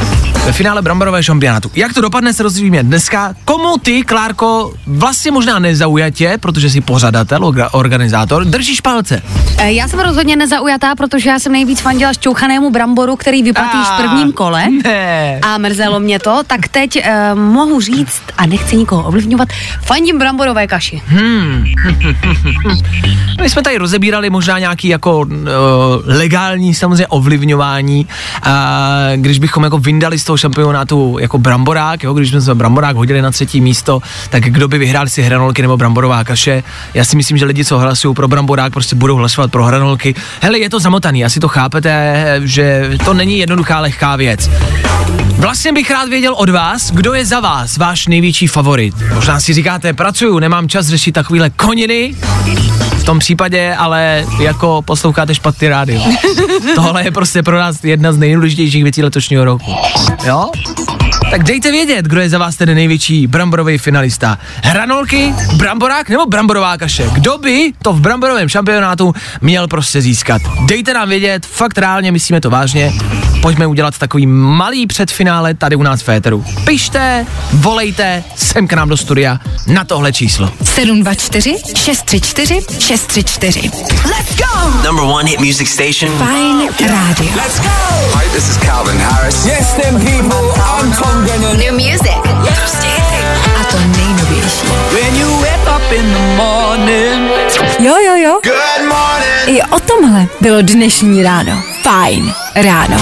ve finále bramborového šampionátu. Jak to dopadne, se rozvíjíme dneska. Komu ty, Klárko, vlastně možná nezaujatě, protože jsi pořadatel, organizátor, držíš palce? Já jsem rozhodně nezaujatá, protože já jsem nejvíc fandila šťouchanému bramboru, který vyplatíš v prvním kole. Ne. A mrzelo mě to, tak teď uh, mohu říct, a nechci nikoho ovlivňovat, fandím bramborové kaši. Hmm. My jsme tady rozebírali možná nějaký jako uh, legální samozřejmě ovlivňování, uh, když bychom jako vyndali z toho šampionátu jako bramborák, jo, když jsme se bramborák hodili na třetí místo, tak kdo by vyhrál si hranolky nebo bramborová kaše. Já si myslím, že lidi, co hlasují pro bramborák, prostě budou hlasovat pro hranolky. Hele, je to zamotaný, asi to chápete, že to není jednoduchá lehká věc. Vlastně bych rád věděl od vás, kdo je za vás váš největší favorit. Možná si říkáte, pracuju, nemám čas řešit takovýhle koniny. V tom případě ale jako posloucháte špatný rádio. Tohle je prostě pro nás jedna z nejdůležitějších věcí letošního roku. Jo? Tak dejte vědět, kdo je za vás ten největší bramborový finalista. Hranolky, bramborák nebo bramborová kaše? Kdo by to v bramborovém šampionátu měl prostě získat? Dejte nám vědět, fakt reálně myslíme to vážně. Pojďme udělat takový malý předfinále tady u nás v éteru. Pište, volejte sem k nám do studia na tohle číslo. sedm dva čtyři šest tři čtyři šest tři čtyři. Let's go! Number one hit music station. Fajn rádio. Let's go! Hi, this is Calvin Harris. Yes, them people, I'm Tom Grennan. New music. Prostě hity. A to nejnovější. When you wake up in the morning. Jo, jo, jo. Good morning! I o tomhle bylo dnešní ráno. Fajn ráno.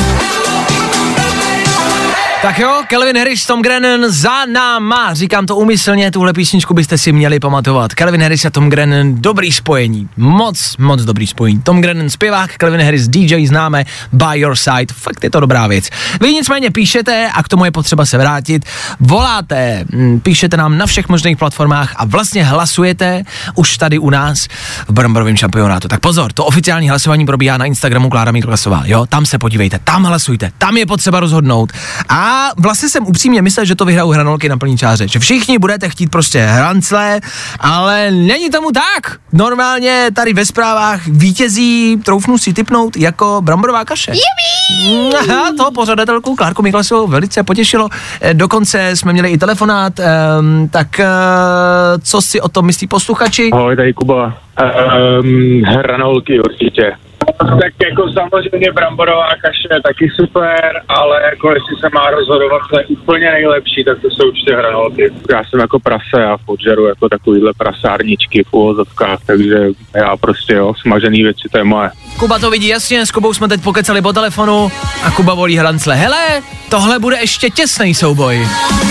Tak jo, Calvin Harris, Tom Grennan za náma. Říkám to úmyslně, tuhle písničku byste si měli pamatovat. Calvin Harris a Tom Grennan, dobrý spojení. Moc, moc dobrý spojení. Tom Grennan zpěvák, Calvin Harris D J, známe, By Your Side. Fakt je to dobrá věc. Vy nicméně píšete a k tomu je potřeba se vrátit. Voláte, píšete nám na všech možných platformách a vlastně hlasujete už tady u nás v bramborovém šampionátu. Tak pozor, to oficiální hlasování probíhá na Instagramu Klára Miklasová. Jo, tam se podívejte, tam hlasujte, tam je potřeba rozhodnout. A A vlastně jsem upřímně myslel, že to vyhrajou hranolky na plný čáře, že všichni budete chtít prostě hrancle, ale není tomu tak. Normálně tady ve zprávách vítězí, troufnu si tipnout, jako bramborová kaše. Jubi! Aha, to pořadatelku Klárku Miklasovou velice potěšilo. Dokonce jsme měli i telefonát, um, tak uh, co si o tom myslí posluchači? Ahoj, tady Kuba. Um, hranolky určitě. Tak jako samozřejmě bramborová kaše taky super, ale jako jestli se má rozhodovat, co je úplně nejlepší, tak to jsou určitě hranolky. Já jsem jako prase, já podžeru jako takovýhle prasárničky v uvozovkách, takže já prostě jo, smažený věci, to je moje. Kuba to vidí jasně, s Kubou jsme teď pokecali po telefonu a Kuba volí hrancle. Hele, tohle bude ještě těsný souboj.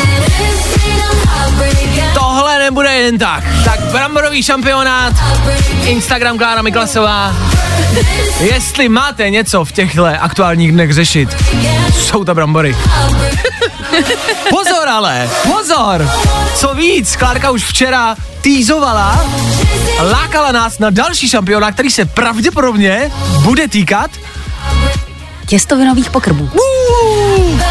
Tohle nebude jen tak. Tak bramborový šampionát, Instagram Klára Miklasová. Jestli máte něco v těchto aktuálních dnech řešit, jsou to brambory. Pozor ale, pozor! Co víc, Klárka už včera týzovala, lákala nás na další šampionát, který se pravděpodobně bude týkat Těstovinových pokrmů. Uh!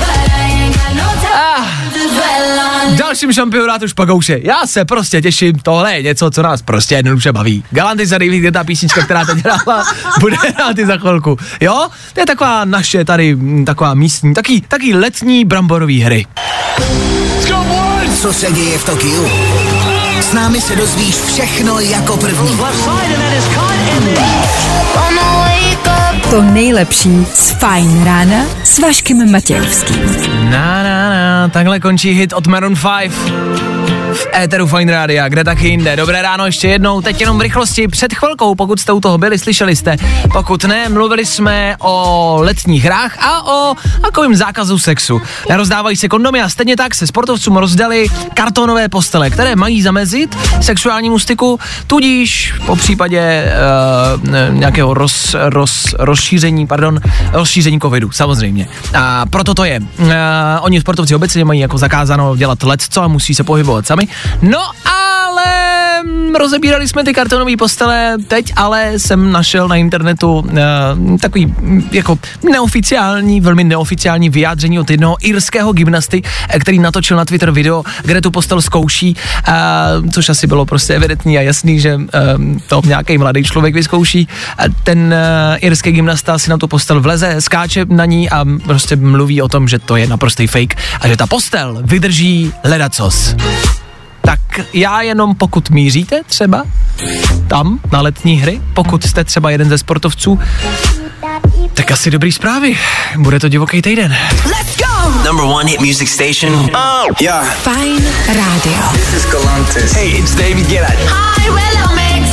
Ah. Dalším šampionátu špagouše. Já se prostě těším, tohle je něco, co nás prostě jednoduše baví. Galanty za David, kde ta písnička, která teď hrála, bude hrát i za chvilku. Jo? To je taková naše tady, taková místní, taky, taky letní bramborový hry. Co se děje v Tokiu? S námi se dozvíš všechno jako první. To nejlepší z Fajn rána s Vaškem Matějovským. Na, na, na, takhle končí hit od Maroon pět v éteru Fajn rádia, kde taky jinde. Dobré ráno ještě jednou, teď jenom v rychlosti. Před chvilkou, pokud jste u toho byli, slyšeli jste, pokud ne, mluvili jsme o letních hrách a o takovým zákazu sexu. Rozdávají se kondomy a stejně tak se sportovcům rozdali kartonové postele, které mají zamezit sexuálnímu styku, tudíž po případě uh, nějakého roz, roz, rozšíření, pardon, rozšíření covidu, samozřejmě. A proto to je. Uh, oni sportovci obecně mají jako zakázáno dělat lecco a musí se pohybovat sami. No ale rozebírali jsme ty kartonové postele, teď ale jsem našel na internetu uh, takový jako neoficiální, velmi neoficiální vyjádření od jednoho irského gymnasty, který natočil na Twitter video, kde tu postel zkouší, uh, což asi bylo prostě evidentní a jasný, že uh, to nějaký mladý člověk vyzkouší. Ten uh, irský gymnasta si na tu postel vleze, skáče na ní a prostě mluví o tom, že to je naprostý fake a že ta postel vydrží ledacos. Tak já jenom pokud míříte třeba tam na letní hry, pokud jste třeba jeden ze sportovců, tak asi dobrý zprávy. Bude to divoký týden. Let's go! Number one hit music station. Oh, yeah. Fajn rádio. This is Galantis. Hey, it's David Guetta. Hi, Willow Mix.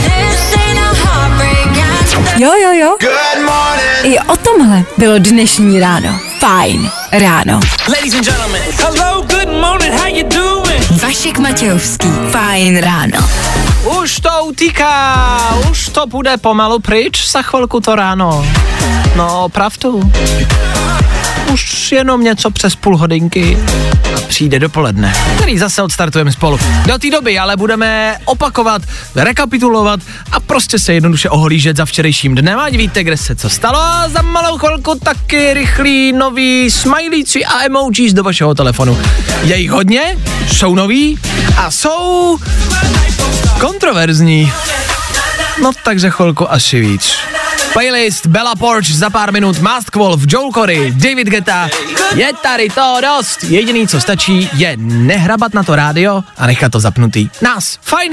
Jo, jo, jo. Good morning. I o tomhle bylo dnešní ráno. Fajn ráno. Ladies and gentlemen. Hello, good morning, how you doing? Vašek Matějovský. Fajn ráno. Už to utíká, už to bude pomalu pryč, za chvilku to ráno. No, opravdu. Už jenom něco přes půl hodinky a přijde dopoledne, který zase odstartujeme spolu. Do té doby ale budeme opakovat, rekapitulovat a prostě se jednoduše ohlížet za včerejším dnem, ať víte, kde se co stalo, a za malou chvilku taky rychlý nový smajlíci a emojis do vašeho telefonu. Je jich hodně, jsou noví a jsou kontroverzní. No takže chvilku asi víc. Playlist Bella Poarch za pár minut, Mask Wolf, Joel Corey, David Guetta. Je tady to dost. Jediný, co stačí, je nehrabat na to rádio a nechat to zapnutý. Nás, fajn.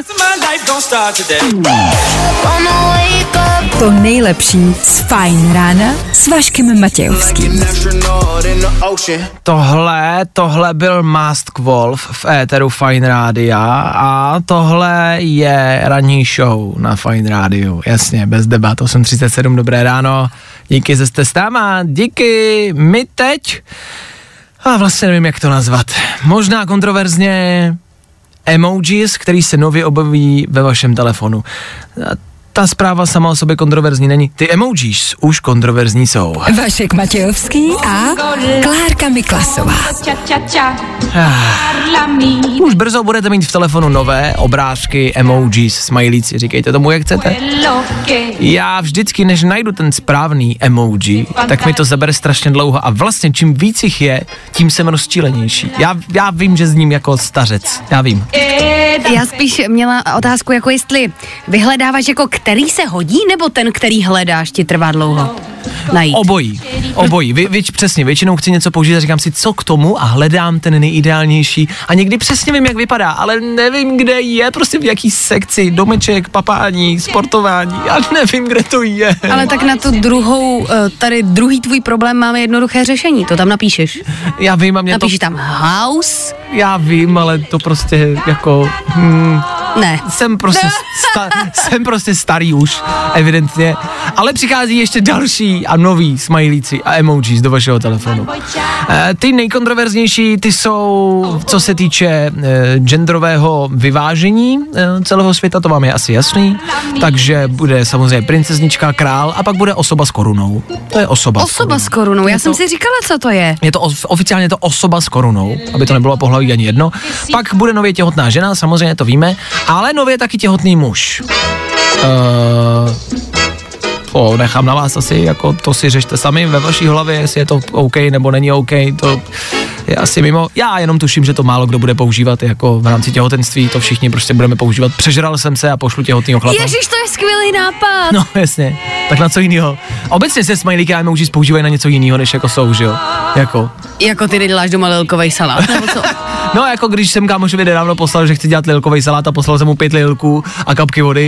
To nejlepší z Fajn rána s Vaškem Matějovským. Tohle, tohle byl Mask Wolf v éteru Fajn rádia a tohle je ranní show na Fajn rádiu. Jasně, bez debat, osm třicet sedm, dobré ráno. Díky, že jste s náma, díky, my teď, a vlastně nevím, jak to nazvat, možná kontroverzně emojis, který se nově objeví ve vašem telefonu. Ta zpráva sama o sobě kontroverzní není. Ty emojis už kontroverzní jsou. Vašek Matějovský a Klárka Miklasová. Už brzo budete mít v telefonu nové obrázky, emojis, smajlíci, říkejte tomu, jak chcete. Já vždycky, než najdu ten správný emoji, tak mi to zabere strašně dlouho a vlastně čím víc jich je, tím jsem rozčílenější. Já, já vím, že zním jako stařec, já vím. Já spíš měla otázku, jako jestli vyhledáváš jako který se hodí, nebo ten, který hledáš, ti trvá dlouho najít? Obojí, obojí. Vy, vy, přesně, většinou chci něco použít a říkám si, co k tomu a hledám ten nejideálnější a někdy přesně vím, jak vypadá, ale nevím, kde je, prostě v jaký sekci, domeček, papání, sportování, já nevím, kde to je. Ale tak na tu druhou, tady druhý tvůj problém máme jednoduché řešení, to tam napíšeš. Já vím a mě Napíši to... tam house. Já vím, ale to prostě jako... Hmm, ne. Jsem prostě, sta, jsem prostě starý už, evidentně, ale přichází ještě další a nový smajlíci a emojis do vašeho telefonu. E, ty nejkontroverznější, ty jsou, co se týče e, genderového vyvážení e, celého světa, to vám je asi jasný, takže bude samozřejmě princeznička, král a pak bude osoba s korunou. To je osoba, osoba s korunou. s korunou, já je jsem to, si říkala, co to je. Je to oficiálně to osoba s korunou, aby to nebylo pohlaví ani jedno. Pak bude nově těhotná žena, samozřejmě to víme, ale nově taky těhotný muž. Uh, to nechám na vás asi, jako to si řešte sami ve vaší hlavě, jestli je to OK nebo není OK, to je asi mimo. Já jenom tuším, že to málo kdo bude používat jako v rámci těhotenství, to všichni prostě budeme používat. Přežral jsem se a pošlu těhotnýho chlapa. Ježiš, to je skvělý nápad. No jasně, tak na co jinýho? Obecně se smajlíky a emojis používají na něco jinýho, než jako jsou, že jo? Jako. Jako ty děláš doma lilkovej salát, nebo co? No jako když jsem kámošovi nedávno poslal, že chci dělat lilkovej salát a poslal jsem mu pět lilků a kapky vody.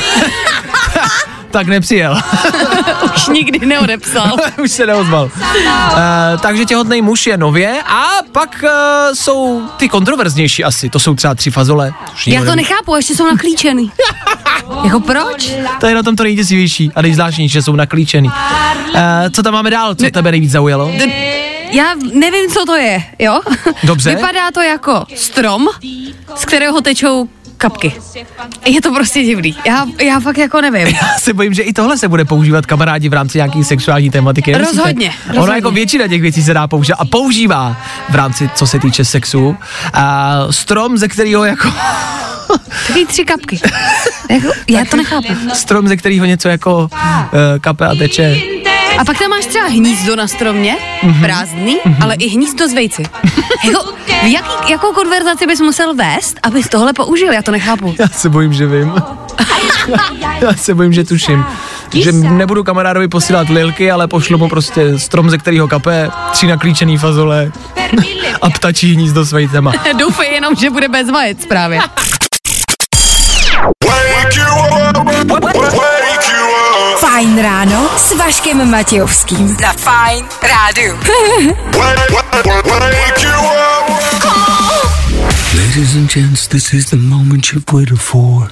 Tak nepřijel. Už nikdy neodepsal. Už se neozval. Uh, takže těhotný muž je nově a pak uh, jsou ty kontroverznější asi. To jsou třeba tři fazole. Já to nechápu, ještě jsou naklíčený. Jako proč? To je na tom to nejděsivější a nejzvláštnější, že jsou naklíčený. Uh, co tam máme dál? Co ne- tebe nejvíc zaujalo? Já nevím, co to je, jo? Dobře. Vypadá to jako strom, z kterého tečou kapky. Je to prostě divný. Já, já fakt jako nevím. Já se bojím, že i tohle se bude používat, kamarádi, v rámci nějaký sexuální tematiky. Rozhodně, rozhodně. Ono jako většina těch věcí se dá použít a používá v rámci, co se týče sexu. A strom, ze kterého jako Taky tři kapky. Jako, já to nechápu. Strom, ze kterého něco jako uh, kape a teče. A pak tam máš třeba hnízdo na stromě, mm-hmm. prázdný, mm-hmm. ale i hnízdo z vejci. Jako, jaký, jakou konverzaci bys musel vést, abys tohle použil? Já to nechápu. Já se bojím, že vím. Já se bojím, že tuším. Že nebudu kamarádovi posílat lilky, ale pošlu mu prostě strom, ze kterého kape, tři naklíčený fazole a ptačí hnízdo s vejcema. Doufej jenom, že bude bez vajec právě. Fajn ráno s Vaškem Matějovským. Na Fajn rádiu. Ladies and gents, this is the moment you've waited for.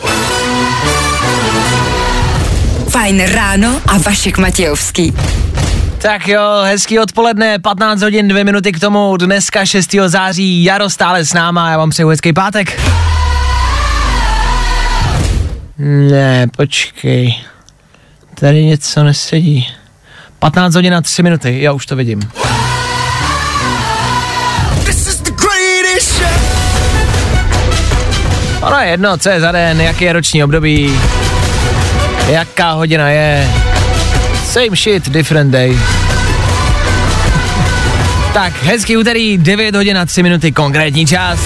Fajn ráno a Vašek Matějovský. Tak jo, hezký odpoledne, patnáct hodin, dvě minuty k tomu, dneska šestého září, Jaro stále s náma, já vám přeju hezký pátek. Ne, počkej, tady něco nesedí. patnáct hodin a tři minuty, já už to vidím. Ono je jedno, co je za den, jaký je roční období, jaká hodina je. Same shit, different day. Tak, hezký úterý, devět hodin a tři minuty, konkrétní čas.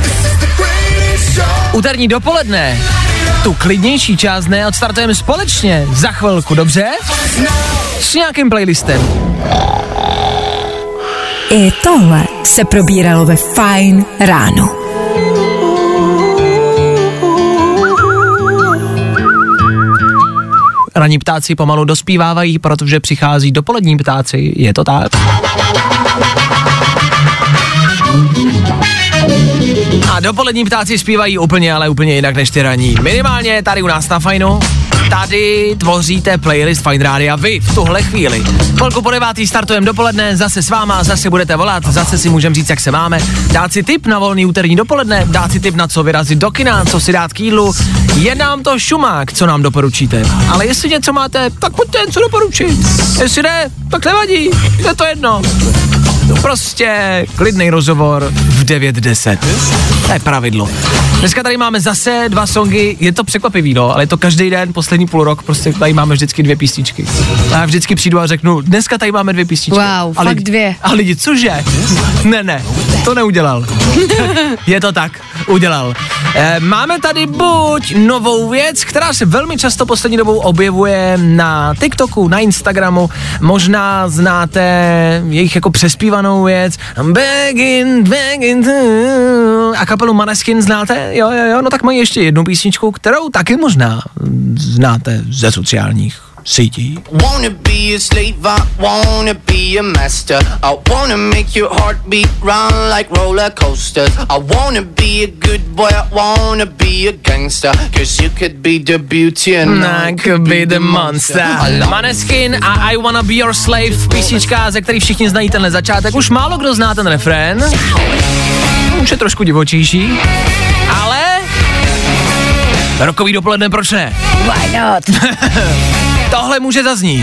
Úterní dopoledne, tu klidnější část ne, odstartujeme společně, za chvilku, dobře? S nějakým playlistem. I tohle se probíralo ve Fajn ráno. Ranní ptáci pomalu dospívávají, protože přichází dopolední ptáci, je to tak? A dopolední ptáci zpívají úplně, ale úplně jinak než ty ranní. Minimálně tady u nás na Fajnu. Tady tvoříte playlist Fajn rádia vy v tuhle chvíli. Chvilku po devátý startujeme dopoledne, zase s váma, zase budete volat, zase si můžeme říct, jak se máme. Dát si tip na volný úterní dopoledne, dát si tip na co vyrazit do kina, co si dát k jídlu. Je nám to šumák, co nám doporučíte. Ale jestli něco máte, tak pojďte co doporučit. Jestli ne, tak nevadí, je to jedno. Prostě klidný rozhovor v devět deset. To je pravidlo. Dneska tady máme zase dva songy, je to překvapivý, no, ale je to každý den, poslední půl rok, prostě tady máme vždycky dvě písničky. A já vždycky přijdu a řeknu, dneska tady máme dvě písničky. Wow, a fakt lidi, dvě. A lidi, cože? Ne, ne, to neudělal. Je to tak, udělal. E, máme tady buď novou věc, která se velmi často poslední dobou objevuje na TikToku, na Instagramu, možná znáte jejich jako přespívanou věc. I'm begging, begging, a kapelu Maneskin znáte? Jo, jo, jo, no tak mají ještě jednu písničku, kterou taky možná znáte ze sociálních sítí. Wanna be a slave, I wanna be a master. I wanna make your heartbeat run like roller coasters. I wanna be a good boy, I wanna be a gangster. Cause you could be the beauty and I could be the monster. Maneskin a I wanna be your slave, písnička, ze který všichni znají tenhle začátek. Už málo kdo zná ten refrén. Už je trošku divočejší, ale rokový dopoledne, proč ne? Why not? Tohle může zaznít.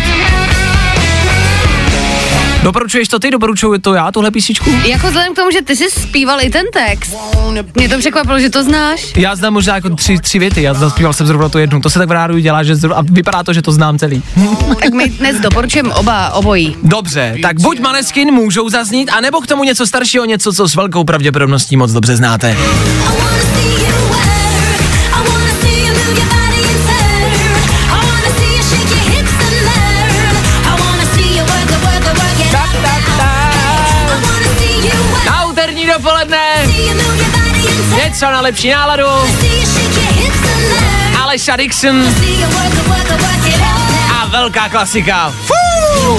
Doporučuješ to ty, doporučuji to já, tuhle písničku? Jako vzhledem k tomu, že ty jsi zpíval i ten text, mě to překvapilo, že to znáš. Já znám možná jako tři, tři věty, já zaspíval jsem zrovna tu jednu, to se tak v rádiu dělá, že zrovna, a vypadá to, že to znám celý. Tak my dnes doporučujeme oba, obojí. Dobře, tak buď Maneskin můžou zaznít, anebo k tomu něco staršího, něco, co s velkou pravděpodobností moc dobře znáte. Dopoledne, něco na lepší náladu, Aleša Dixon a velká klasika. Fuuu!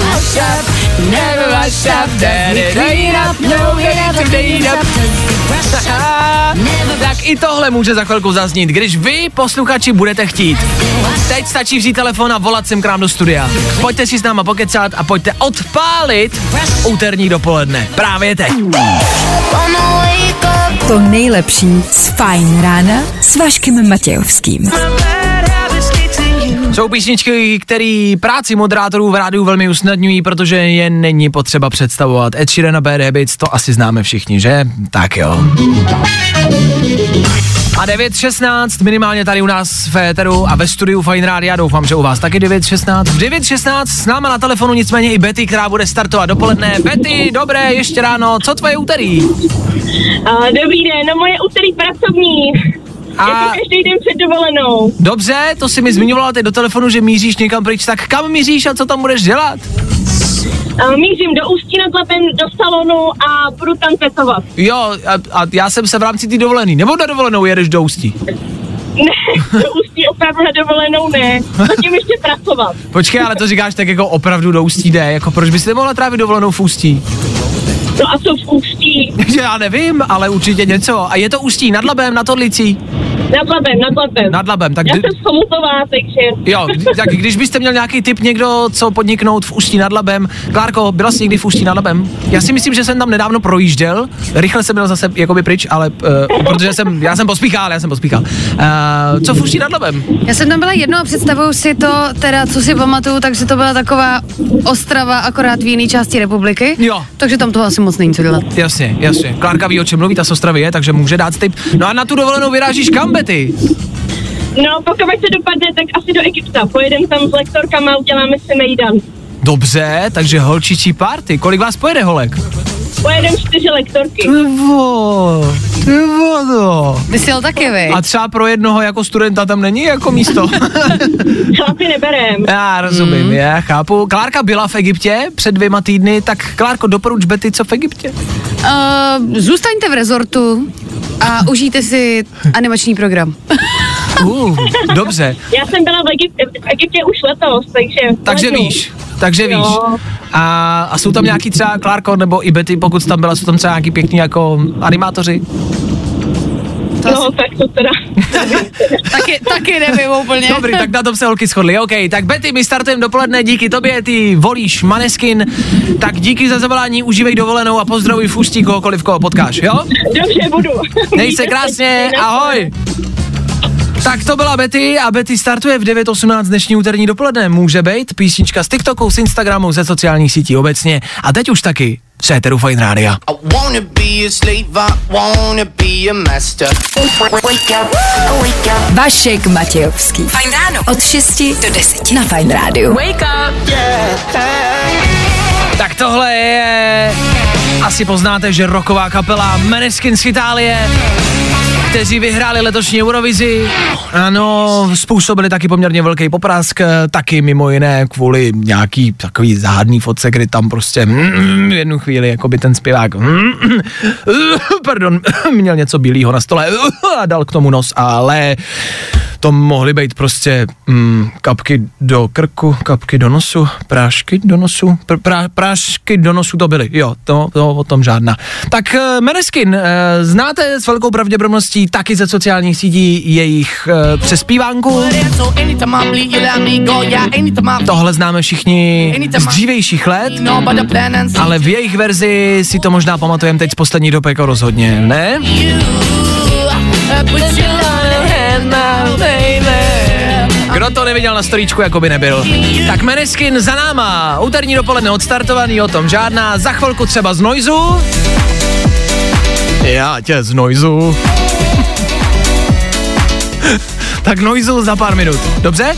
Tak i tohle může za chvilku zaznít, když vy, posluchači, budete chtít. Teď stačí vzít telefon a volat sem k nám do studia. Pojďte si s náma pokecat a pojďte odpálit úterní dopoledne. Právě teď. To nejlepší z Fajn rána s Vaškem Matějovským. Jsou písničky, které práci moderátorů v rádiu velmi usnadňují, protože je není potřeba představovat. Ed Sheeran a Bad Habits, to asi známe všichni, že? Tak jo. A devět šestnáct minimálně tady u nás v éteru a ve studiu Fajn Rádia, doufám, že u vás taky devět šestnáct. V devět šestnáct s náma na telefonu nicméně i Betty, která bude startovat dopoledne. Betty, dobré, ještě ráno, co tvoje úterý? Uh, dobrý den, no moje úterý pracovní. A... Jako každý den před dovolenou. Dobře, to si mi zmiňovala teď do telefonu, že míříš někam pryč, tak kam míříš a co tam budeš dělat? Uh, mířím do Ústí nad Labem, do salonu a budu tam cestovat. Jo, a, a já jsem se v rámci té dovolený, nebo na dovolenou jedeš do Ústí? Ne, do Ústí opravdu na dovolenou ne, zatím ještě pracovat. Počkej, ale to říkáš tak jako opravdu do Ústí jde, jako proč bys nemohla trávit dovolenou v Ústí? No a co v Ústí? Já nevím, ale určitě něco. A je to Ústí nad Labem, nad Orlicí? Nad Labem, nad Labem. Nad Labem, tak... Já jsem z Chomutová, takže... Jo, tak když byste měl nějaký tip někdo, co podniknout v Ústí nad Labem. Klárko, byla jsi někdy v Ústí nad Labem? Já si myslím, že jsem tam nedávno projížděl. Rychle jsem byl zase jakoby pryč, ale uh, protože jsem, já jsem pospíchal, já jsem pospíchal. Uh, co v Ústí nad Labem? Já jsem tam byla jednou a představuju si to, teda co si pamatuju, takže to byla taková Ostrava, akorát v jiné části republiky. Jo. Takže tam toho asi moc není co dělat. Jasně, jasně. Klárka ví, o čem mluví, ta z Ostravy je, takže může dát tip. No a na tu dovolenou vyrážíš kam, Betty? No, pokud se dopadne, tak asi do Egypta. Pojedem tam s lektorkama, uděláme si mejdan. Dobře, takže holčičí party. Kolik vás pojede holek? Pojedem čtyři lektorky. Tyvo, tyvo. Ty jsi jel taky, vy? A třeba pro jednoho jako studenta tam není jako místo? Chlapi neberem. Já rozumím, mm. já chápu. Klárka byla v Egyptě před dvěma týdny, tak Klárko, doporuč Betty, co v Egyptě? Uh, zůstaňte v rezortu a užijte si animační program. Uh, dobře. Já jsem byla v, Egypt, v Egyptě už letos, takže... Takže víš, takže jo. víš. A, a jsou tam nějaký třeba, Klárko, nebo i Betty, pokud tam byla, jsou tam třeba nějaký pěkný jako animátoři? To no, asi... tak to teda. taky, taky nevím úplně. Dobrý, tak na tom se holky shodly. OK, tak Betty, my startujeme dopoledne, díky tobě, ty volíš Maneskin, tak díky za zavolání, užívej dovolenou a pozdravuj v Ústí kohokoliv, koho potkáš, jo? Dobře, budu. Měj se krásně, ahoj. Tak to byla Betty a Betty startuje v devět osmnáct dnešní úterní dopoledne. Může být písnička z TikToku, z Instagramu, ze sociálních sítí obecně a teď už taky z éteru Fajn Rádia. Vašek Matějovský. Fajn ráno. Od šesti do deseti na Fajn Rádiu. Wake up. Tak tohle je... Asi poznáte, že rocková kapela Maneskin z Itálie, kteří vyhráli letošní Eurovizi. Ano, způsobili taky poměrně velký poprask, taky mimo jiné kvůli nějaký takový záhadný fotce, kdy tam prostě mm, v jednu chvíli jako by ten zpěvák mm, pardon, měl něco bílýho na stole a dal k tomu nos, ale to mohly být prostě mm, kapky do krku, kapky do nosu, prášky do nosu, pr- prá- prášky do nosu to byly, jo, to, to o tom žádná. Tak uh, Maneskin, uh, znáte s velkou pravděpodobností taky ze sociálních sítí jejich uh, přespívánku. Tohle známe všichni z dřívejších let, ale v jejich verzi si to možná pamatujeme teď z poslední doby jako rozhodně, ne? Kdo to neviděl na storíčku, jako by nebyl. Tak Maneskin za náma, úterní dopoledne odstartovaný, o tom žádná, za chvilku třeba z Noizu. Já tě z Noizu. Tak Noizu za pár minut, dobře?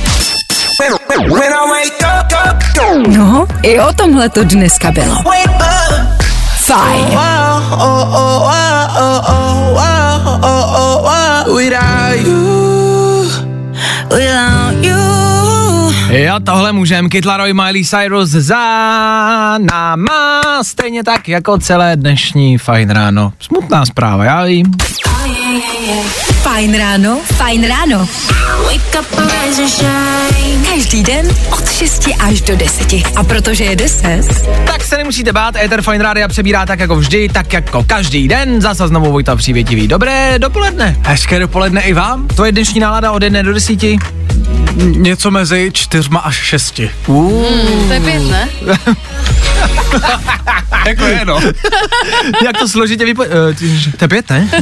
No, i o tomhle to dneska bylo. Fajn. Jo, tohle můžem, Kid Laroi, Miley Cyrus za náma, stejně tak jako celé dnešní Fajn ráno. Smutná zpráva, já vím. Fajn ráno, fajn ráno. Každý den od šesti až do deseti. A protože je deset, tak se nemusíte bát, éter Fajn rádia přebírá tak jako vždy, tak jako každý den. Zase znovu Vojta Přívětivý. Dobré dopoledne. Hezké dopoledne i vám. To je dnešní nálada od jedné do desíti. Něco mezi čtyřma až šesti. Uh. Hmm, to je pět, ne? Jako je, no. Jak to složitě vypo... Uh, to je pět, ne?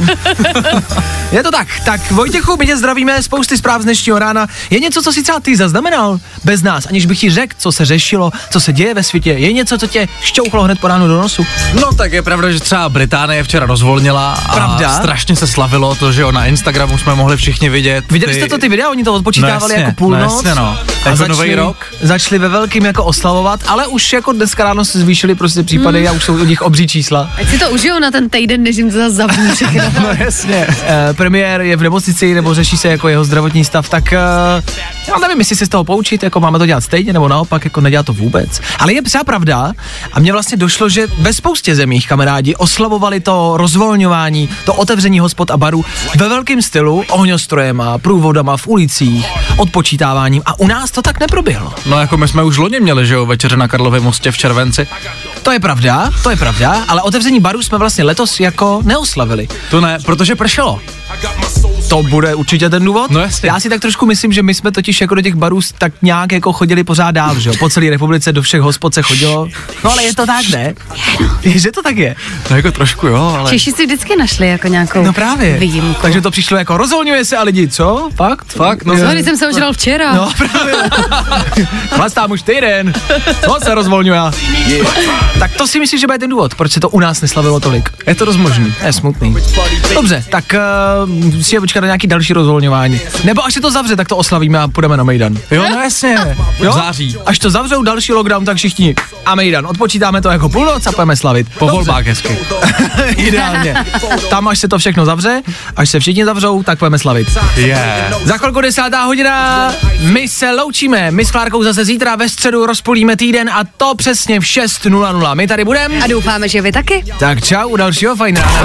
Je to tak. Tak Vojtěchu, my tě zdravíme, spousty zpráv z dnešního rána. Je něco, co si třeba ty zaznamenal bez nás, aniž bych ti řekl, co se řešilo, co se děje ve světě? Je něco, co tě šťouchlo hned po ránu do nosu? No tak je pravda, že třeba Británie včera rozvolnila a Pravda? strašně se slavilo to, že jo, na Instagramu jsme mohli všichni vidět. Viděli ty... jste to ty videa, oni to odpočítávali no jasně, jako půlnoc. No jasně, no. A začali, nový rok. začali ve velkým jako oslavovat, ale už jako dneska ráno se zvýšily prostě případy hmm. a už jsou u nich obří čísla. Ať si to užijou na ten týden, než jim to zase zavní všechno. No jasně. E, premiér je v nemocnici nebo řeší se jako jeho zdravotní stav, tak e, já nevím, jestli se z toho poučit, jako máme to dělat stejně nebo naopak, jako nedělat to vůbec. Ale je třeba pravda a mně vlastně došlo, že ve spoustě zemích, kamarádi, oslavovali to rozvolňování, to otevření hospod a barů ve velkém stylu, ohňostrojema, průvodama v ulicích, odpočítáváním a u nás to tak neproběhlo. No jako my jsme už loni měli, že jo, večeře na Karlově mostě v červenci. To je pravda, to je pravda, ale otevření barů jsme vlastně letos jako neoslavili. To ne, protože pršelo. To bude určitě ten důvod? No jasně. Já si tak trošku myslím, že my jsme totiž jako do těch barů tak nějak jako chodili pořád dál, že jo? Po celé republice do všech hospod se chodilo. No ale je to tak, ne? Že to tak je. No jako trošku jo, ale... Češi si vždycky našli jako nějakou no právě. výjimku. Takže to přišlo jako rozvolňuje se a lidi, co? Fakt? Fakt? No sorry, jsem se ožral včera. No právě. Chlastám už týden. Co se rozvolňuje? Yeah. Tak to si myslím, že bude ten důvod, proč se to u nás neslavilo tolik. Je to dost možný. Je smutný. Dobře, tak uh, si je počkat na nějaký další rozvolňování. Nebo až se to zavře, tak to oslavíme a půjdeme na Mejdan. Jo, no jasně. Jo? V září. Až to zavřou další lockdown, tak všichni a Mejdan. Odpočítáme to jako půlnoc a půjdeme slavit. Po volbách hezky. Ideálně. Tam, až se to všechno zavře, až se všichni zavřou, tak půjdeme slavit. Yeah. Za chvilku desátá hodina, my se loučíme. My s Klárkou zase zítra ve středu rozpolíme týden a to přesně v šest nula nula. My tady budeme. A doufáme, že vy taky. Tak čau, u dalšího Fajn rána.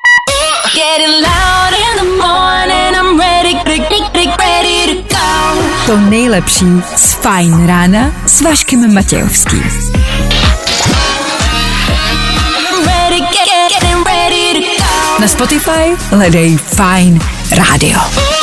To nejlepší z Fajn rána s Vaškem Matějovským. Na Spotify hledej Fajn rádio.